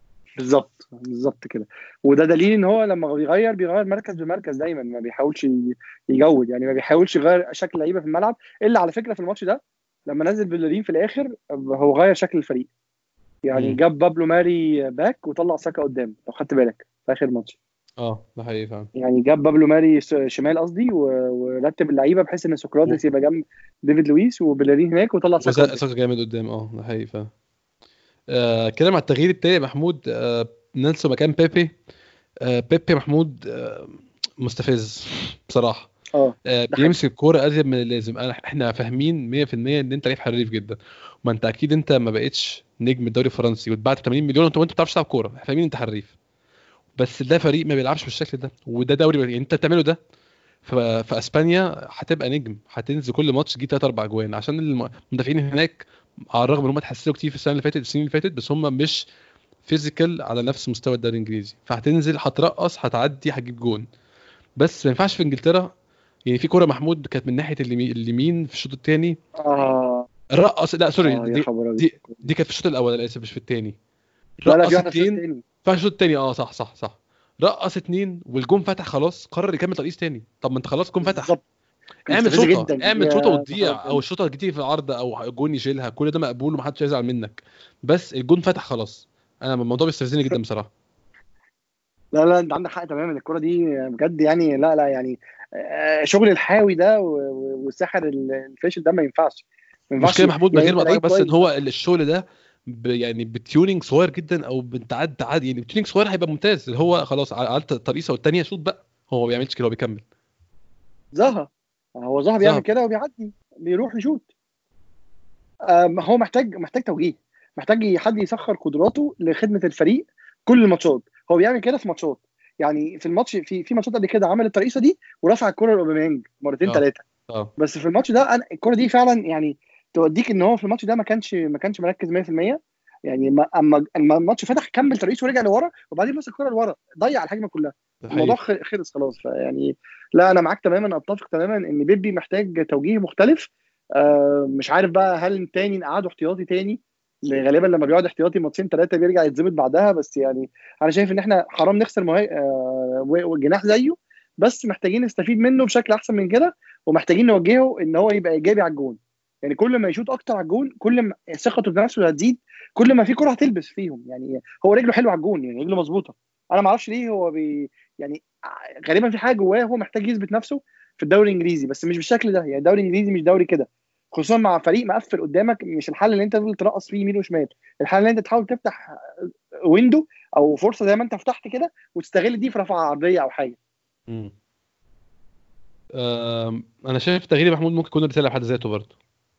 بالظبط كده. وده دليل ان هو لما بيغير مركز بمركز دايما، ما بيحاولش يجود. يعني ما بيحاولش يغير شكل لعيبه في الملعب، الا على فكره في الماتش ده لما نزل بلرين في الاخر هو غير شكل الفريق. يعني امم جاب بابلو ماري باك وطلع ساكا قدام، لو خدت بالك في اخر الماتش. اه ده حقيقي فعلا. يعني جاب بابلو ماري شمال قصدي، ورتب اللعيبه بحيث ان سقراطس يبقى جنب ديفيد لويس وبيلارين هناك، وطلع ساكا قدام. وساكا جامد قدام، اه ده حقيقي فعلا. كده مع التغيير التاني يا محمود، نيلسون مكان بيبي. بيبي محمود مستفز بصراحه. اه ده حقيقي. بيمسك الكوره ازيد من اللازم. احنا فاهمين 100% ان انت لعيب حريف جدا. ما انت اكيد انت ما بقتش نجم الدوري الفرنسي واتباعت ب 80 مليون وانت ما بتعرفش تلعب كوره. احنا فاهمين انت حريف، بس ده فريق ما بيلعبش بالشكل ده، وده دوري يعني انت بتعمله ده. في اسبانيا هتبقى نجم، هتنزل كل ماتش تجيب 3 4 اجوان عشان المدافعين هناك على الرغم ان هم اتحسنوا كتير في السنه اللي فاتت السنين اللي فاتت، بس هم مش فيزيكال على نفس مستوى الدوري الانجليزي. فهتنزل هترقص هتعدي هتجيب جون. بس ما ينفعش في انجلترا. يعني في كوره محمود كانت من ناحيه اليمين في الشوط الثاني، اه رقص، لا سوري، اه يا دي خبر ابيض. دي كانت في الشوط الاول، انا اسف مش في الثاني. لا في رقص واحده في الشوط اتنين الثاني. في الشوط الثاني، اه صح. رقص اتنين والجون فتح خلاص، قرر يكمل ترقيص تاني. طب ما انت خلاص الجون فتح، بالظبط. كان مستفز جدا اعمل شوطه يا نهار وتضيع، او ابيض. الشوطه تيجي في العرض او جون يشيلها، كل ده مقبول ومحدش هيزعل منك. بس الجون فتح خلاص. انا الموضوع بيستفزني جدا بصراحه. لا انت عندك حق تماما. الكره دي بجد يعني، لا يعني شغل الحاوي ده والساحر الفاشل ده ما ينفعش. ما ينفعش. المشكله محمود من يعني غير ما انت اقطعك، لعيب بس ان كويس. هو الشغل ده يعني بتيونينج صغير جدا او بتعد عادي، يعني بتيونينج صغير هيبقى ممتاز. اللي هو خلاص عملت الترقيصه والتانيه شوط بقى. هو ما بيعملش كده، هو بيكمل. زها بيعمل ذهب. كده وبيعدي بيروح يشوط. هو محتاج توجيه، محتاج حد يسخر قدراته لخدمه الفريق كل الماتشات. هو بيعمل كده في ماتشات. يعني في الماتش في ماتشات قبل كده عمل الترقيصه دي ورفع الكره لاوباميانج مرتين اه ثلاثه. اه بس في الماتش ده انا الكره دي فعلا يعني توديك ان هو في الماتش ده ما كانش مركز 100%. يعني اما الماتش فتح كمل ترقيص ورجع لورا وبعدين مسك الكره لورا ضيع الهجمه كلها. ده الموضوع حقيقي. خلص خلاص. فيعني لا انا معاك تماما، اتفق تماما ان بيبي محتاج توجيه مختلف. مش عارف بقى هل تاني نقعده احتياطي تاني. غالبا لما بيقعد احتياطي ماتشين ثلاثه بيرجع يتظبط بعدها. بس يعني انا شايف ان احنا حرام نخسر وجناح زيه بس محتاجين نستفيد منه بشكل احسن من كده، ومحتاجين نوجهه ان هو يبقى ايجابي على الجون. يعني كل ما يشوط اكتر على الجون كل ما ثقته بنفسه هتزيد، كل ما في كره هتلبس فيهم. يعني هو رجله حلوه على الجون، يعني رجله مظبوطه. انا ما اعرفش ليه هو يعني غالبا في حاجه جواه، هو محتاج يثبت نفسه في الدوري الانجليزي، بس مش بالشكل ده. يعني الدوري الانجليزي مش دوري كده، خصوصا مع فريق مقفل قدامك. مش الحل ان انت تفضل ترقص فيه يمين وشمال، الحل ان انت تحاول تفتح ويندو او فرصه زي ما انت فتحت كده، وتستغل دي في رفع عرضيه او حاجه. مم. انا شايف تغيير محمود ممكن يكون رساله بحد ذاته برضه.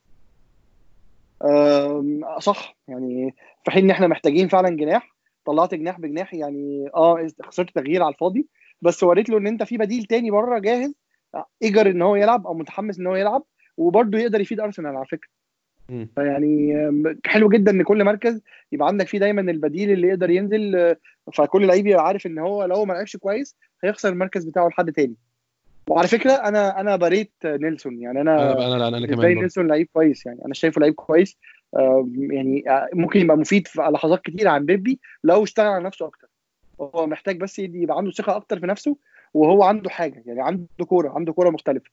صح. يعني في حين ان احنا محتاجين فعلا جناح، طلعت جناح بجناح. يعني خسرت تغيير على الفاضي، بس وريت له ان انت في بديل تاني بره جاهز، ايجر ان هو يلعب او متحمس ان هو يلعب، وبرده يقدر يفيد ارسنال على فكره. مم. فيعني حلو جدا ان كل مركز يبقى عندك فيه دايما البديل اللي يقدر ينزل. فكل لعيب يبقى عارف ان هو لو ما لعبش كويس هيخسر المركز بتاعه لحد تاني. وعلى فكره انا بريت نيلسون. يعني انا انا بقى انا بالنسبه كمان لي برضه. نيلسون لعيب كويس، يعني انا شايفه لعيب كويس. يعني ممكن يبقى مفيد في لحظات كتير عن بيبي لو اشتغل على نفسه اكتر. هو محتاج بس يبقى عنده ثقه اكتر في نفسه، وهو عنده حاجه، يعني عنده كوره مختلفه.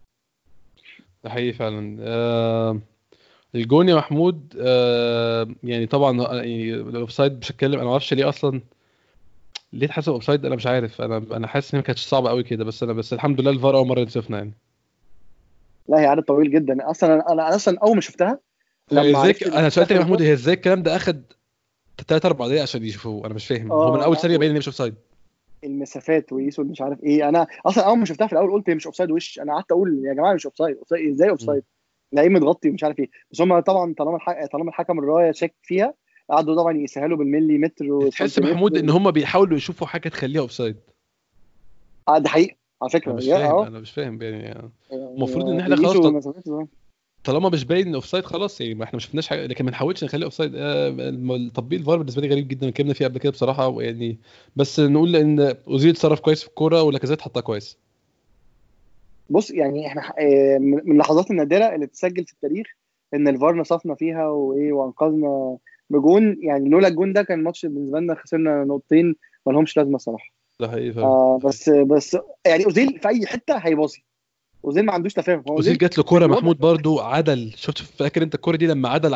ده حقيقي فعلا. الجون يا محمود، يعني طبعا يعني الاوفسايد مش هتكلم، انا ما اعرفش ليه اصلا، ليه اتحسب اوفسايد. انا مش عارف، انا حاسس ان هي ما كانتش صعبه قوي كده، بس الحمد لله الفار اول مره ينصفنا يعني. لا هي عدد طويل جدا اصلا. انا اصلا اول ما شفتها، هي لما ازاي عرفت ان انا سالت يا اتاخد محمود، الكوره. هي ازاي الكلام ده اخد 3 4 دقايق عشان يشوفوه؟ انا مش فاهم، هو من اول لا ثانيه باين ان مش اوفسايد. المسافات ويقيسوا مش عارف ايه. انا اصلا اول ما شفتها في الاول قلت هي مش اوفسايد وش. انا قعدت اقول يا جماعه مش اوفسايد، ازاي مم. اوفسايد؟ لعيب متغطي ومش عارف ايه. بس هم طبعا طالما الحكم الرايه شاك فيها، قعدوا طبعا يسهلوا بالملي متر تحس محمود ان وسنتيمتر. هم بيحاولوا يشوفوا حاجه تخليها اوفسايد. ده حقيقي على انا فكره. مش يا فاهم انا مش فاهم يعني. المفروض ان احنا خلاص بيقيسوا المسافات. طالما مش باين اوفسايد خلاص، يعني ما احنا ما شفناش حاجه، لكن ما نحاولش نخليه اوفسايد. تطبيق الفار بالنسبه لي غريب جدا، اتكلمنا فيه قبل كده بصراحه يعني. بس نقول ان اوزيل اتصرف كويس في الكوره، ولاكازيت حطها كويس. بص يعني احنا من اللحظات النادره اللي تسجل في التاريخ ان الفار نصفنا فيها وايه وانقذنا بجون. يعني لولا الجون ده كان الماتش بالنسبه لنا خسرنا نقطتين ما لهمش لازمه صراحه. ده حقيقي فعلا. ده حقيقي. بس يعني اوزيل في اي حته هيباصي. اوزيل ما عندوش تفاهم. هو اوزيل اوزيل جات له كوره بيوضح. محمود برضو عدل، شفت فاكر انت الكوره دي لما عدل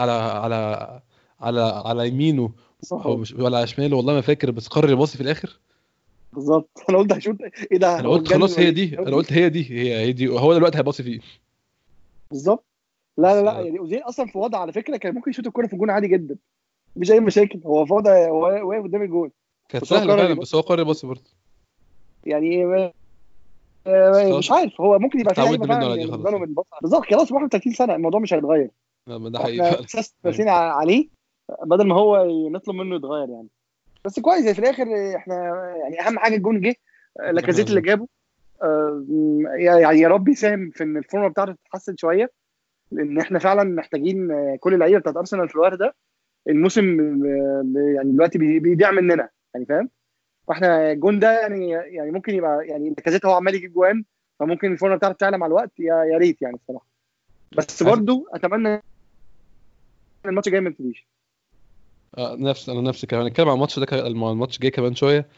على يمينه، صح. او مش ولا على شماله، والله ما فاكر، بس قرر يباصي في الاخر. بالظبط. انا قلت هشوط ايه ده، انا هو قلت اتجنن خلاص ولا هي ايه؟ دي، انا قلت هي دي هو دلوقتي هيباصي فيه. بالظبط. لا لا بس لا، يعني اوزيل اصلا في وضع على فكره كان ممكن يشوط الكوره في الجون عادي جدا، مش اي مشاكل. هو في وضع هو واقف قدام الجون، كانت بس هو سهله قرر فعلا، بس يباصي. هو قرر يباصي برضه. يعني بس خلاص مش عارف. هو ممكن يبقى في لعيبه اتعودنا منه فعلا على دي بالنسبه خلاص لهم يعني. الباص بالظبط. خلاص 31 سنه الموضوع مش هيتغير. ده حقيقي احنا فعلا. اساس أيوة. راسين عليه بدل ما هو نطلب منه يتغير يعني. بس كويس في الاخر احنا. يعني اهم حاجه الجون جه، الحمد لاكازيت اللي لله. جابه. يعني يا رب يساهم في ان الفورمه بتاعته تتحسن شويه، لان احنا فعلا محتاجين. كل اللعيبه بتاعت ارسنال في الوقت ده الموسم يعني دلوقتي بيضيع مننا، يعني فاهم. واحنا الجون ده يعني ممكن يبقى يعني لاكازيت هو عمال يجيب جوان، فممكن الفورمه بتاعته تعلى مع الوقت. يا ريت يعني الصراحه. بس عارف. برضو اتمنى ان الماتش جاي ما يبتديش. انا نفس كمان هنتكلم عن الماتش ده، الماتش جاي كمان شويه.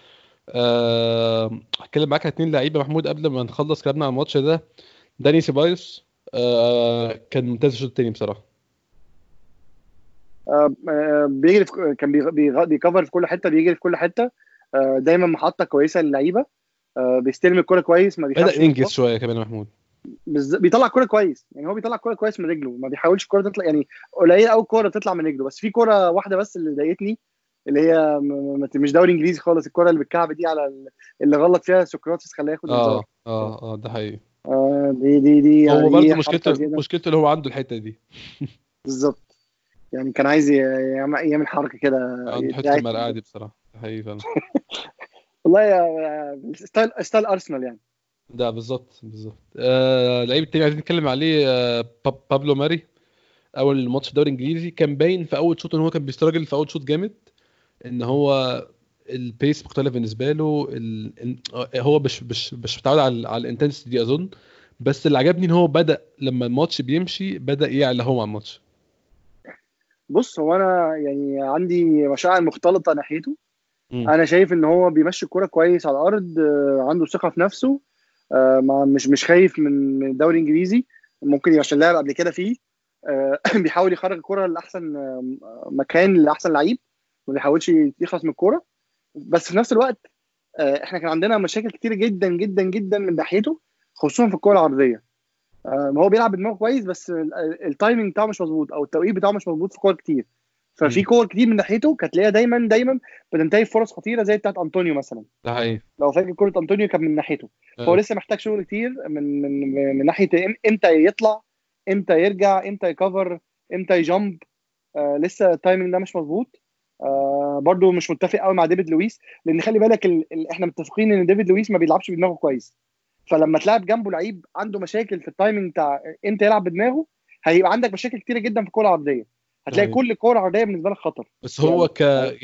هتكلم معاك عن 2 لعيبه محمود قبل ما نخلص كلامنا عن الماتش ده. داني سيبايوس كان ممتاز الشوط التاني بصراحه. بيجري كان بيكفر في كل حته، بيجري في كل حته. دايما محطه كويسه للعيبه. بيستلم الكرة كويس، ما بدأ بيخافش من ينجز الباص. شويه كمان يا محمود. بيطلع الكرة كويس. يعني هو بيطلع الكرة كويس من رجله، ما بيحاولش الكرة تطلع. يعني قليل قوي الكرة تطلع من رجله. بس في كرة واحدة بس اللي ضايقتني، اللي هي مش دوري انجليزي خالص. الكرة اللي بالكعب دي على اللي غلط فيها سقراطس خلاه ياخد انذار. ده حقيقي. دي هو يعني برضو دي حركة مشكلته زيادة. مشكلته اللي هو عنده الحته دي. بالظبط. يعني كان عايز يعمل حركة كده. عنده حته يتعكس المرقعه ده. دي بصراحه، ده حقيقي فعلا. والله ستايل ارسنال يعني. ده بالظبط. لعيب التاني عايزين نتكلم عليه، بابلو ماري. اول ماتش الدوري الانجليزي كان باين في اول شوط ان هو كان بيستراجل في اول شوط جامد، ان هو البيس مختلف بالنسبه له. هو مش متعود على الانتنسيتي دي اظن. بس اللي عجبني ان هو بدا لما الماتش بيمشي بدا يعلى هو على الماتش. بص هو انا يعني عندي مشاعر مختلطة ناحيته. امم. انا شايف ان هو بيمشي الكوره كويس على الارض. عنده ثقه في نفسه. مش خايف من الدوري الانجليزي. ممكن يبقى عشان لعب قبل كده فيه. بيحاول يخرج الكرة لاحسن مكان لاحسن لعيب، ما بيحاولش يخلص من الكرة. بس في نفس الوقت احنا كان عندنا مشاكل كتير جدا جدا جدا من ناحيته، خصوصا في الكرة العرضية. ما هو بيلعب بدماغه كويس، بس التايمنج بتاعه مش مظبوط، او التوقيت بتاعه مش مظبوط في كور كتير. ففي كور كتير من ناحيته كانت تلاقيها دايما بتنتهي فرص خطيره زي بتاعت انطونيو مثلا. ده حقيقي. لو فاكر كره انطونيو كان من ناحيته. فهو لسه محتاج شغل كتير من ناحيه امتى يطلع، امتى يرجع، امتى يكفر، امتى يجامب. لسه التايمنج ده مش مظبوط. برضو مش متفق قوي مع ديفيد لويس، لان خلي بالك احنا متفقين ان ديفيد لويس ما بيلعبش بدماغه كويس. فلما تلعب جنبه لعيب عنده مشاكل في التايمنج بتاع امتى يلعب بدماغه، هيبقى عندك مشاكل كتيره جدا في الكوره العرضيه. هتلاقي حقيقي. كل الكوره العرضيه بالنسبه لك خطر. بس هو يعني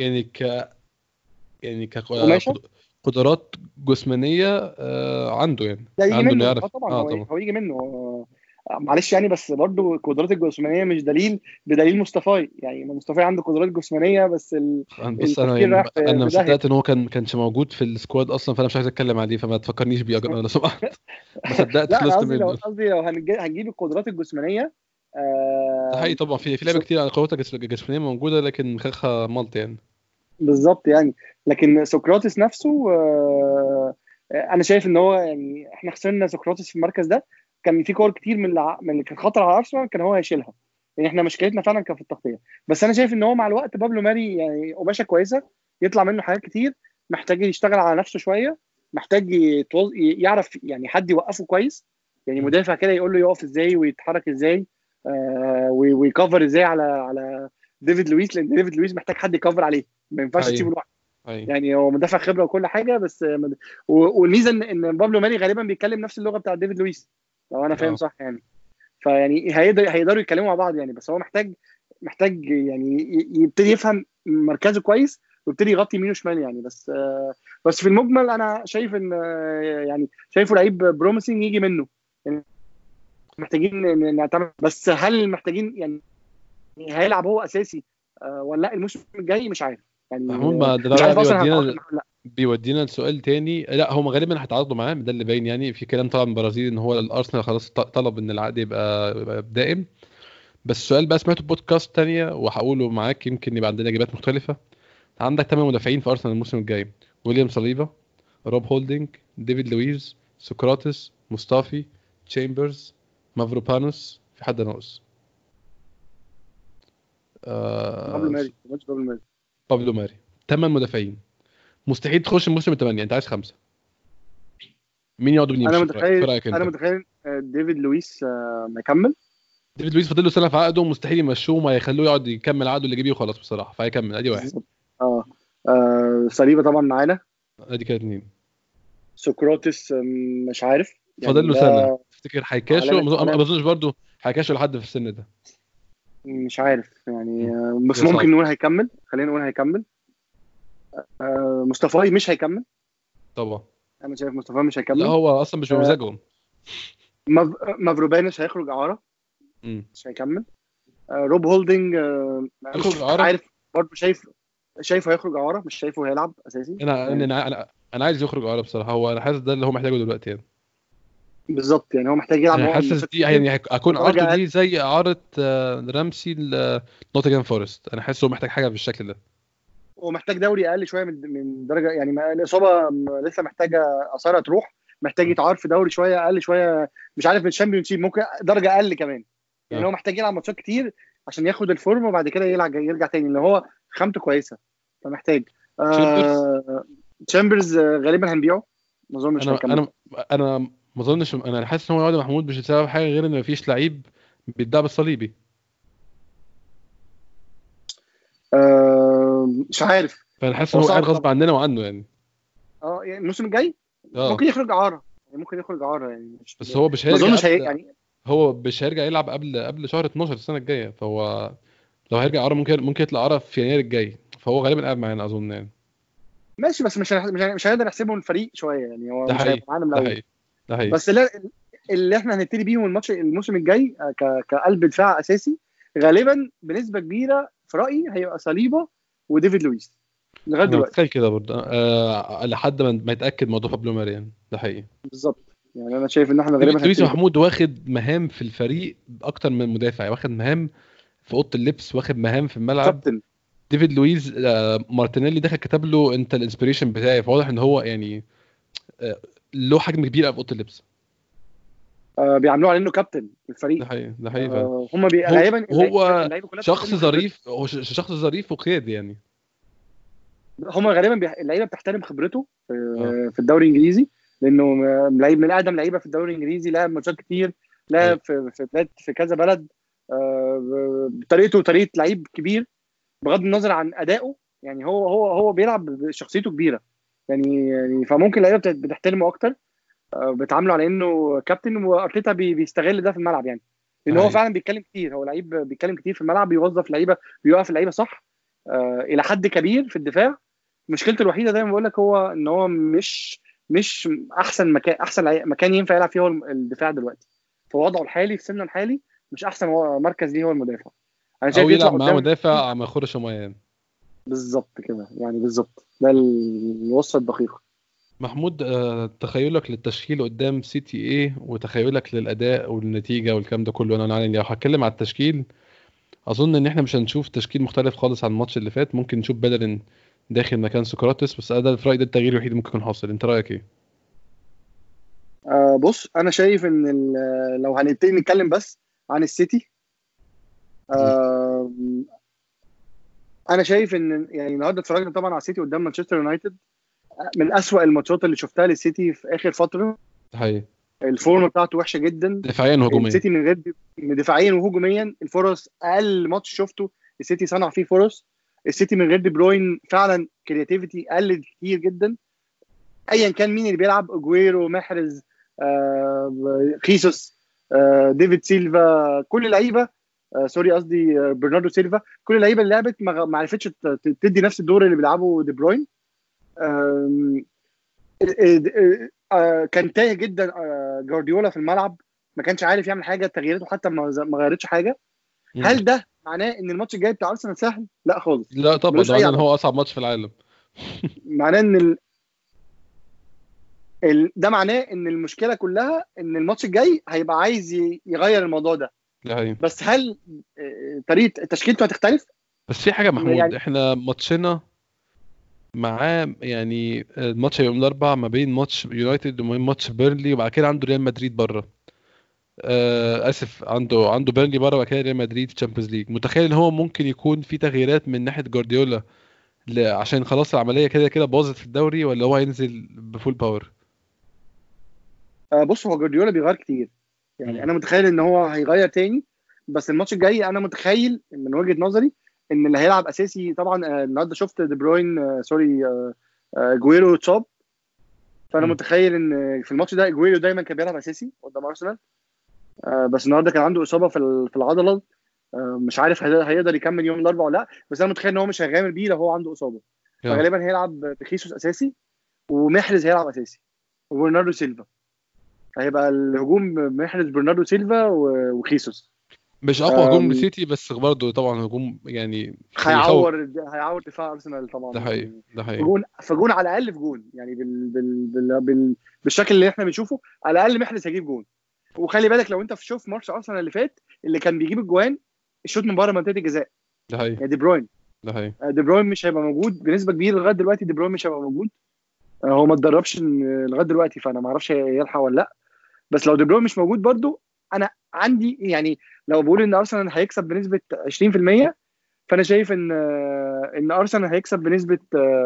يعني قماشه قدرات جسمانيه عنده، يعني ده يجي عنده انه منه. يعرف. طبعا طبعا. هو يجي منه. معلش يعني، بس برضو القدرات الجسمانيه مش دليل بدليل مصطفى. يعني مصطفى عنده قدرات جسمانيه، بس بص انا التفكير يعني رايح انا في ما داهيه. صدقت ان هو كانش موجود في السكواد اصلا، فانا مش عايز اتكلم عليه، فما تفكرنيش بيه لو سمحت. ما صدقت لا انا خلصت قصدي لو منه. قصدي لو هنجيب القدرات الجسمانيه. ده حقيقي طبعا، في لعبه كتير على قوتها الجسمانيه موجوده، لكن خخها مالت يعني. بالظبط يعني. لكن سقراطس نفسه انا شايف ان هو، يعني احنا خسرنا سقراطس في المركز ده. كان في كور كتير من اللي كان خطر على ارسنال كان هو هيشيلها. يعني احنا مشكلتنا فعلا كان في التغطيه. بس انا شايف ان هو مع الوقت بابلو ماري يعني قماشه كويسه، يطلع منه حاجات كتير. محتاج يشتغل على نفسه شويه. محتاج يعرف يعني حد يوقفه كويس. يعني م. مدافع كده يقول له يقف ازاي ويتحرك ازاي. ويكفر ازاي على ديفيد لويس، لان ديفيد لويس محتاج حد يكفر عليه. ما ينفعش حقيقي. تسيبه لوحده. حقيقي. يعني هو مدافع خبره وكل حاجه، بس والميزه ان بابلو ماري غالبا بيتكلم نفس اللغه بتاع ديفيد لويس، لو انا فاهم اه. صح يعني. فيعني هيقدروا يتكلموا مع بعض يعني. بس هو محتاج يعني يبتدي يفهم مركزه كويس، ويبتدي يغطي يمين وشمال يعني. بس في المجمل انا شايف ان يعني شايفه لعيب بروميسنج يجي منه. يعني محتاجين نعتمد. بس هل محتاجين يعني هيلعب هو اساسي ولا لا الموسم الجاي؟ مش عارف يعني. محمود، ما مش ده عارف اصلا هتعاقد بيودينا معاه ولا لا. لسؤال تاني. لا، هم غالبا هيتعاقدوا معاه، ده اللي باين يعني. في كلام طبعا من البرازيل ان هو الارسنال خلاص طلب ان العقد يبقى دائم. بس السؤال بقى، سمعته بودكاست تانية وهقوله معاك، يمكن يبقى عندنا اجابات مختلفة. عندك 8 مدافعين في ارسنال الموسم الجاي: ويليام صليبا، روب هولدينج، ديفيد لويز، سقراطس، مصطفي، تشامبرز، مافروبانوس. في حد ناقص؟ بابلو آه... ماري، ما قلتش بابلو ماري. بابلو ماري. 8 مدافعين، مستحيل تخش الموسم الثمانية، انت عايز خمسة. مين يقعد مين انا يمشي في متخيل رايك انا انت؟ متخيل ديفيد لويس ما يكمل. ديفيد لويس فاضل له سنة في عقده، مستحيل يمشوه، ما يخلوه يقعد يكمل عقده اللي جه بيه وخلاص بصراحة، فهيكمل. ادي واحد. بالظبط. اه صليبه طبعا معانا. ادي كده اتنين. سقراطس مش عارف فاضل يعني له ده سنة. تفتكر هيكاشوا؟ علامه ما علامه. اظنش برضه هيكاشوا لحد في السن ده. مش عارف يعني. بس هي صعب. ممكن نقول هيكمل، خلينا نقول هيكمل. مصطفى مش هيكمل. طبعا. انا شايف مصطفى مش لا، هيكمل. هو اصلا مش آه، بمزاجهم. مافروبانوس هيخرج اعاره، امم. مش هيكمل. روب هولدنج يخرج مش اعاره. عارف. برضه شايفه هيخرج اعاره، مش شايفه هيلعب اساسي انا يعني. انا انا انا عايز يخرج اعاره بصراحه، هو انا حاسس ده اللي هو محتاجه دلوقتي يعني. بالظبي يعني هو محتاج يلعب انا هو حاسس ماتشات دي كتير يعني هكون بدرجه اعارته اقل. دي زي اعاره رامسي نوتنجهام فورست. انا حاسس هو محتاج حاجه بالشكل ده. ومحتاج دوري اقل شويه من درجه يعني. الاصابه لسه محتاجه اثارها تروح. محتاج يتعار في دوري شويه اقل شويه. مش عارف من الشامبيونشيب، ممكن درجه اقل كمان. يعني اه. هو محتاج يلعب ماتشات كتير عشان ياخد الفورم، وبعد كده يرجع تاني اللي هو خامته كويسه. فمحتاج تشامبرز. تشامبرز غالبا هنبيعه. ما اظنش انا هيكمل. انا انا ما اظنش. انا حاسس ان هو يقعد يا محمود مش بسبب حاجه غير ان مفيش لعيب بيتباع بالصليبي. مش عارف. فانا حاسس هو ان هو قاعد صعب غصب طبعا. عننا وعنه يعني. يعني الموسم الجاي اه. ممكن يخرج اعاره. يعني ممكن يخرج اعاره يعني مش. بس هو مش ما هيرجع اظنش قبل. يعني. هو مش هيرجع يلعب قبل شهر 12 السنه الجايه، فهو لو هيرجع عرب ممكن يطلع عرب في يناير الجاي، فهو غالبا قاعد معانا اظن يعني. ماشي، بس مش هنقدر نحسبه الفريق شويه يعني. هو ده مش هيبقى حقيقي. معانا من ده الاول. حقيقي. ده حقيقي. بس اللي احنا هنبتدي بيهم الموسم الجاي كقلب دفاع اساسي، غالبا بنسبه كبيره في رايي هيبقى صليبه وديفيد لويس لغايه انا دلوقتي. متخيل كده برضه لحد ما يتاكد موضوع بابلو ماري يعني. ده حقيقي. بالظبط. يعني انا شايف ان احنا ديفيد غالبا لويس هنبتدي محمود واخد مهام في الفريق اكتر من مدافع، واخد مهام في اوضه اللبس، واخد مهام في الملعب. كابتن. ديفيد لويس مارتينيلي دخل كتب له انت الانسبيريشن بتاعي، فواضح ان هو يعني له حجم كبير في اوضه اللبس. بيعملوه على انه كابتن ده الفريق. حقيقي، ده حقيقي فعلا. هم هو غالبا هو اللعيبه كلها شخص بتحترم خبرته. ظريف، هو شخص ظريف وقيادي يعني. هم غالبا اللعيبه بتحترم خبرته اه في الدوري الانجليزي، لانه لعيب من اقدم لعيبه في الدوري الانجليزي، لعب ماتشات كتير، حقيقي. لعب في كذا بلد. بطريقته طريقه لعيب كبير بغض النظر عن ادائه. يعني هو بيلعب بشخصيته كبيره. يعني فممكن اللعيبه بتحترمه اكتر، بتعامله على انه كابتن، وارتيتا بيستغل ده في الملعب يعني. ده لان هو حقيقي. فعلا بيتكلم كتير، هو لعيب بيتكلم كتير في الملعب، بيوظف لعيبه، بيوقف اللعيبه صح الى حد كبير في الدفاع. مشكلته الوحيده زي ما بقول لك هو ان هو مش احسن مكان، مكان ينفع يلعب فيه هو الدفاع دلوقتي في وضعه الحالي، في سنه الحالي مش احسن مركز ليه هو المدافع. انا او شايف يطلع يلعب معاه قدام. مدافع ما يخرش ميه يعني. بالظبط كده يعني، بالظبط ده الوصفه الدقيقه. محمود، تخيلك للتشكيل قدام سيتي ايه، وتخيلك للاداء والنتيجه والكلام ده كله. انا يعني لو هتكلم على التشكيل، اظن ان احنا مش هنشوف تشكيل مختلف خالص عن الماتش اللي فات. ممكن نشوف بيلرين داخل مكان سقراطس، بس ده في رايي ده التغيير الوحيد اللي ممكن يكون حاصل. انت رايك ايه؟ بص انا شايف ان لو هنبتدي نتكلم بس عن السيتي، مم. آه انا شايف ان يعني النهارده اتفرجنا طبعا على السيتي قدام مانشستر يونايتد، من أسوأ الماتشات اللي شفتها للسيتي في اخر فتره. ده حقيقي. الفورم بتاعته وحشه جدا. دفاعيا وهجوميا. السيتي من غير دفاعيا وهجوميا، الفرص اقل ماتش شفته السيتي صنع فيه فرص. السيتي من غير دي بروين فعلا كرياتيفيتي قلت كتير جدا. ايا كان مين اللي بيلعب، اجويرو، محرز، خيسوس، ديفيد سيلفا، كل اللعيبه، سوري قصدي برناردو سيلفا، كل اللعيبه اللي لعبت ما عرفتش تدي نفس الدور اللي بيلعبه دي بروين. آم، كان تايه جدا جوارديولا في الملعب، ما كانش عارف يعمل حاجه، تغييراته حتى ما غيرتش حاجه. مم. هل ده معناه ان الماتش الجاي بتاع ارسنال سهل؟ لا خالص، لا طبعا، ملوش ده اي معناه ان علاقه. هو اصعب ماتش في العالم. معناه ان ده معناه ان المشكله كلها ان الماتش الجاي هيبقى عايز يغير الموضوع ده. ده حقيقي. بس هل طريقه تشكيلته هتختلف؟ بس في حاجه محمود، يعني احنا ماتشنا معاه يعني الماتش هيبقى يوم الاربعاء ما بين ماتش يونايتد وما بين ماتش بيرنلي، وبعد كده عنده ريال مدريد بره. اسف، عنده بيرنلي بره، وبعد كده ريال مدريد في تشامبيونز ليج. متخيل ان هو ممكن يكون في تغييرات من ناحيه جوارديولا عشان خلاص العمليه كده كده باظت في الدوري، ولا هو هينزل بفول باور؟ بص هو جوارديولا بيغير كتير، يعني مم. انا متخيل ان هو هيغير تاني. بس الماتش الجاي انا متخيل من وجهه نظري ان اللي هيلعب اساسي طبعا، النهارده شفت دي بروين، سوري، جويرو اتصاب. فانا مم. متخيل ان في الماتش ده جويرو دايما كان بيلعب اساسي قدام ارسنال، بس النهارده كان عنده اصابه في العضله. مش عارف هيقدر يكمل يوم الاربعاء ولا لا، بس انا متخيل ان هو مش هيغامر بيه لو هو عنده اصابه. اه فغالبا هيلعب بخيسوس اساسي، ومحرز هيلعب اساسي، وبرناردو سيلفا. هيبقى الهجوم محرز برناردو سيلفا وخيسوس. مش اقوى هجوم أم، لسيتي، بس برضه طبعا هجوم يعني يخوف. هيعور دفاع ارسنال ده طبعا حقيقي، يعني. ده في حقيقي. جون، في جون على الاقل، في جون يعني بالشكل اللي احنا بنشوفه على الاقل محرز هيجيب جون. وخلي بالك لو انت شوف ماتش ارسنال اللي فات، اللي كان بيجيب الجوان الشوط من بره منطقه الجزاء، ده حقيقي، يعني دي بروين. ده حقيقي. دي بروين مش هيبقى موجود بنسبه كبيره لغايه دلوقتي، دي بروين مش هيبقى موجود. هو ما اتدربش لغايه دلوقتي، فانا ما اعرفش يلحق ولا لا. بس لو دي بروين مش موجود برضو، انا عندي يعني، لو بقول ان ارسنال هيكسب بنسبه 20%، فانا شايف ان ارسنال هيكسب بنسبه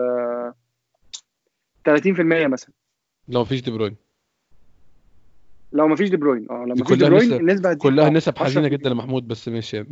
30% مثلا. لو مفيش دي بروين. لو ما فيش دي بروين، لو دي ما فيش دي كلها بروين نسب، النسبه هتزيد كلها نسب حزينه جدا 10%. لمحمود، بس ماشي يعني.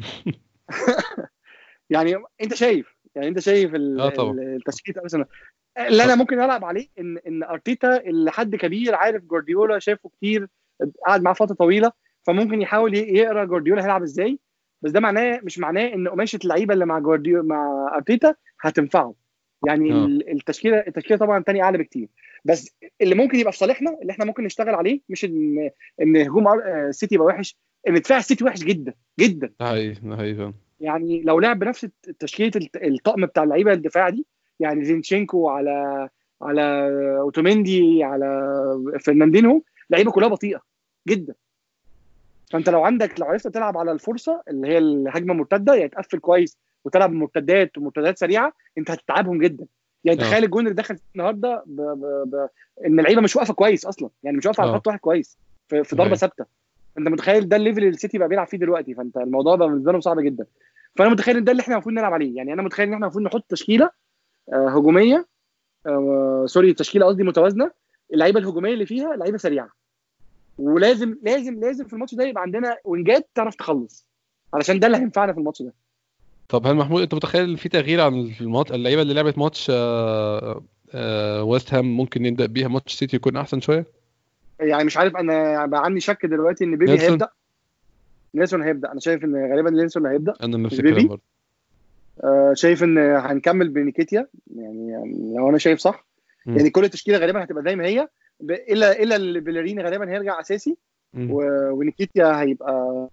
يعني انت شايف، يعني انت شايف اه طبعا. التشكيله ارسنال. اللي انا ممكن العب عليه ان ارتيتا اللي حد كبير عارف جوارديولا، شافه كتير، قعد معاه فتره طويله، فممكن يحاول يقرا جوارديولا هيلعب ازاي. بس ده معناه، مش معناه ان قماشه اللعيبه اللي مع جوارديولا مع ارتيتا هتنفعه. يعني اه التشكيله طبعا تاني اعلى بكتير. بس اللي ممكن يبقى في صالحنا، اللي احنا ممكن نشتغل عليه، مش ان هجوم السيتي يبقى وحش، ان دفاع السيتي وحش جدا جدا. ده حقيقي، ده حقيقي فعلا. يعني لو لعب بنفس تشكيله الطقم بتاع اللعيبه الدفاع دي، يعني زينشينكو على اوتوميندي على فرناندينو، لعيبه كلها بطيئه جدا. فانت لو عرفت تلعب على الفرصه اللي هي الهجمه المرتده، يعني تقفل كويس وتلعب مرتدات سريعه، انت هتتعبهم جدا. يعني تخيل الجون اللي دخل النهارده ان اللعيبه مش واقفه كويس اصلا، يعني مش واقفه على خط واحد كويس في ضربه ثابته. انت متخيل ده الليفل اللي السيتي بقى بيلعب فيه دلوقتي؟ فانت الموضوع بقى بالنسبه لهم صعب جدا. فانا متخيل ان ده اللي احنا المفروض نلعب عليه. يعني انا متخيل ان احنا المفروض نحط تشكيله هجوميه، سوري تشكيله قصدي متوازنه. اللعيبه الهجوميه اللي فيها لعيبه سريعه، ولازم لازم لازم في الماتش ده يبقى عندنا وينجات تعرف تخلص، علشان ده اللي هينفعنا في الماتش ده. طب هل محمود انت متخيل في تغيير عن الماتش اللعيبه اللي لعبت ماتش ويست هام ممكن نبدا بيها ماتش سيتي يكون احسن شويه؟ يعني مش عارف، انا بقى عندي شك دلوقتي ان بيبي هيبدا. نيلسون هيبدا. انا شايف ان غالبا نيلسون هيبدا. انا نفس الكلام برضه. شايف ان هنكمل بنيكيتيا، يعني لو انا شايف صح. يعني كل التشكيله غالبا هتبقى زي ما هي، الا البلرين غالبا هيرجع اساسي، ونيكيتيا هيبقى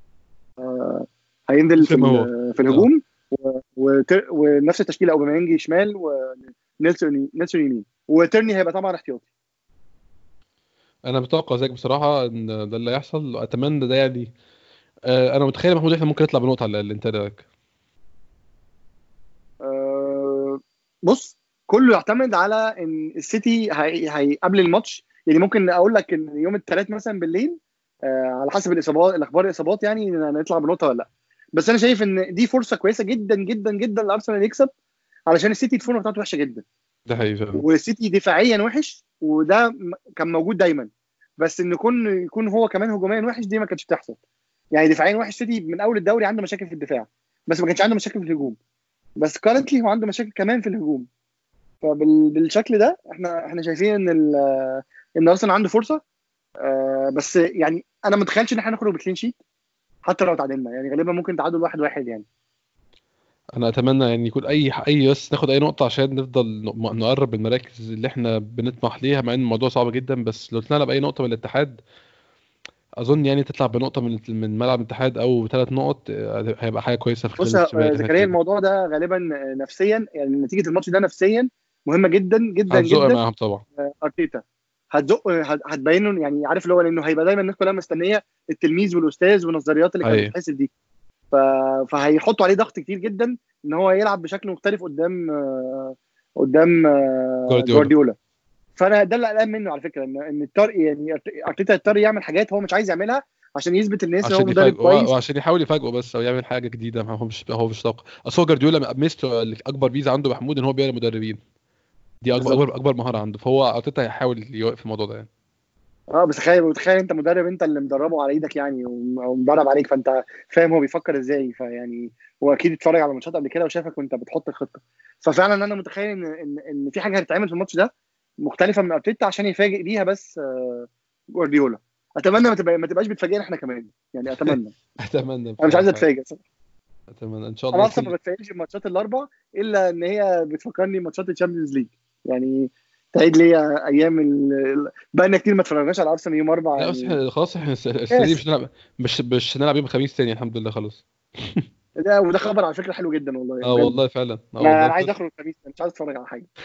هينزل في الهجوم، ونفس التشكيله اوباميانج شمال ونيلسون يمين، وتيرني هيبقى طبعا احتياطي. انا متوقع زيك بصراحه ان ده اللي هيحصل، اتمنى ده. يعني انا متخيل محمود احنا ممكن نطلع بنقطه على اللي انت رايك. بص، كله يعتمد على ان السيتي قبل الماتش. يعني ممكن اقول لك ان يوم الثلاث مثلا بالليل، على حسب الاخبار الاصابات، يعني نطلع بنقطه ولا لا. بس انا شايف ان دي فرصه كويسه جدا جدا جدا لارسنال يكسب، علشان السيتي الفورمه بتاعته وحشه جدا. ده حقيقي، والسيتي دفاعيا وحش، وده كان موجود دايما. بس ان يكون هو كمان هجوميا وحش، دي ما كانتش بتحصل. يعني دفاعيا وحش، سيتي من اول الدوري عنده مشاكل في الدفاع، بس ما كانش عنده مشاكل في الهجوم. بس كارنتلي هو عنده مشاكل كمان في الهجوم. فبالشكل ده احنا شايفين ان ارسنال عنده فرصه. بس يعني انا ما متخيلش ان احنا نخرج بكلين شيت حتى لو تعادلنا. يعني غالبا ممكن تعادل 1-1 يعني. انا اتمنى يعني يكون اي بس ناخد اي نقطه عشان نفضل نقرب بالمراكز اللي احنا بنطمح ليها، مع ان الموضوع صعب جدا. بس لو طلعنا باي نقطه من الاتحاد، اظن يعني تطلع بنقطه من ملعب الاتحاد او 3 نقط، هيبقى حاجه كويسه في بص خلال زكريا، الموضوع ده غالبا نفسيا، يعني نتيجه الماتش ده نفسيا مهمه جدا جدا جدا. معاهم طبعا. ارتيتا هتبينه، يعني عارف اللي هو، لانه هيبقى دايما الناس كلها مستنيه التلميذ والاستاذ والنظريات اللي كانت بتحسب دي. فهيحطوا عليه ضغط كتير جدا ان هو يلعب بشكل مختلف قدام جوارديولا. فانا ده اللي قلقان منه على فكره، ان الطرق، يعني ارتيتا يضطر يعمل حاجات هو مش عايز يعملها عشان يثبت للناس ان هو مدرب كويس، وعشان يحاول يفاجئه بس، او يعمل حاجه جديده. هو مش طاقه. اصل هو جوارديولا ميزته اكبر ميزه عنده محمود ان هو بيقرا مدربين. دي اكبر مهاره عنده. فهو ارتيتا هيحاول يوقف الموضوع ده يعني. بس تخيل انت مدرب، انت اللي مدربه على ايدك يعني، ومدرب عليك، فانت فاهم هو بيفكر ازاي. فيعني هو اكيد اتفرج على ماتشات قبل كده وشافك وانت بتحط الخطه. ففعلا انا متخيل ان في حاجه هتتعمل في الماتش ده مختلفه من ارتيتا عشان يفاجئ بيها بس جوارديولا. اتمنى ما تبقاش بتفاجئنا احنا كمان، يعني اتمنى. اتمنى انا مش عايز اتفاجئ. اتمنى ان شاء الله. انا اصلا ما بتفاجئش بماتشات الاربع، الا ان هي بتفكرني بماتشات الشامبيونز ليج. يعني تعيد لي ايام بقى كتير ما اتفرجناش على ارسنال يوم 4 لا يعني. بس خلاص احنا السنه دي مش هنلعب يوم الخميس تاني الحمد لله خلاص. وده خبر على فكره حلو جدا والله. يعني والله فعلا. انا عايز اخرج الخميس، مش عايز اتفرج على حاجه.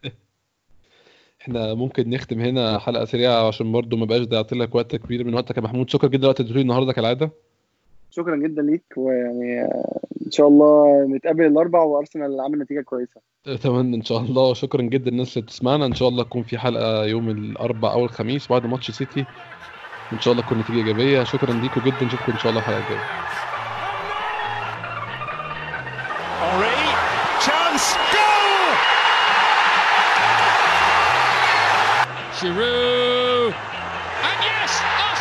احنا ممكن نختم هنا حلقه سريعه عشان برضو ما بقاش ضيعت لك وقت كبير من وقتك يا محمود. شكرا جدا لوقت الدكتور النهارده كالعاده. شكرا جدا ليك، ويعني ان شاء الله نتقابل الاربع وارسنال عامل نتيجه كويسه. اتمنى ان شاء الله. شكرا جدا الناس اللي بتسمعنا. ان شاء الله تكون في حلقه يوم الاربعاء او الخميس بعد ماتش سيتي، ان شاء الله تكون نتيجه ايجابيه. شكرا ليكم جدا. نشوفكم ان شاء الله الحلقه الجايه. Giroud, and yes!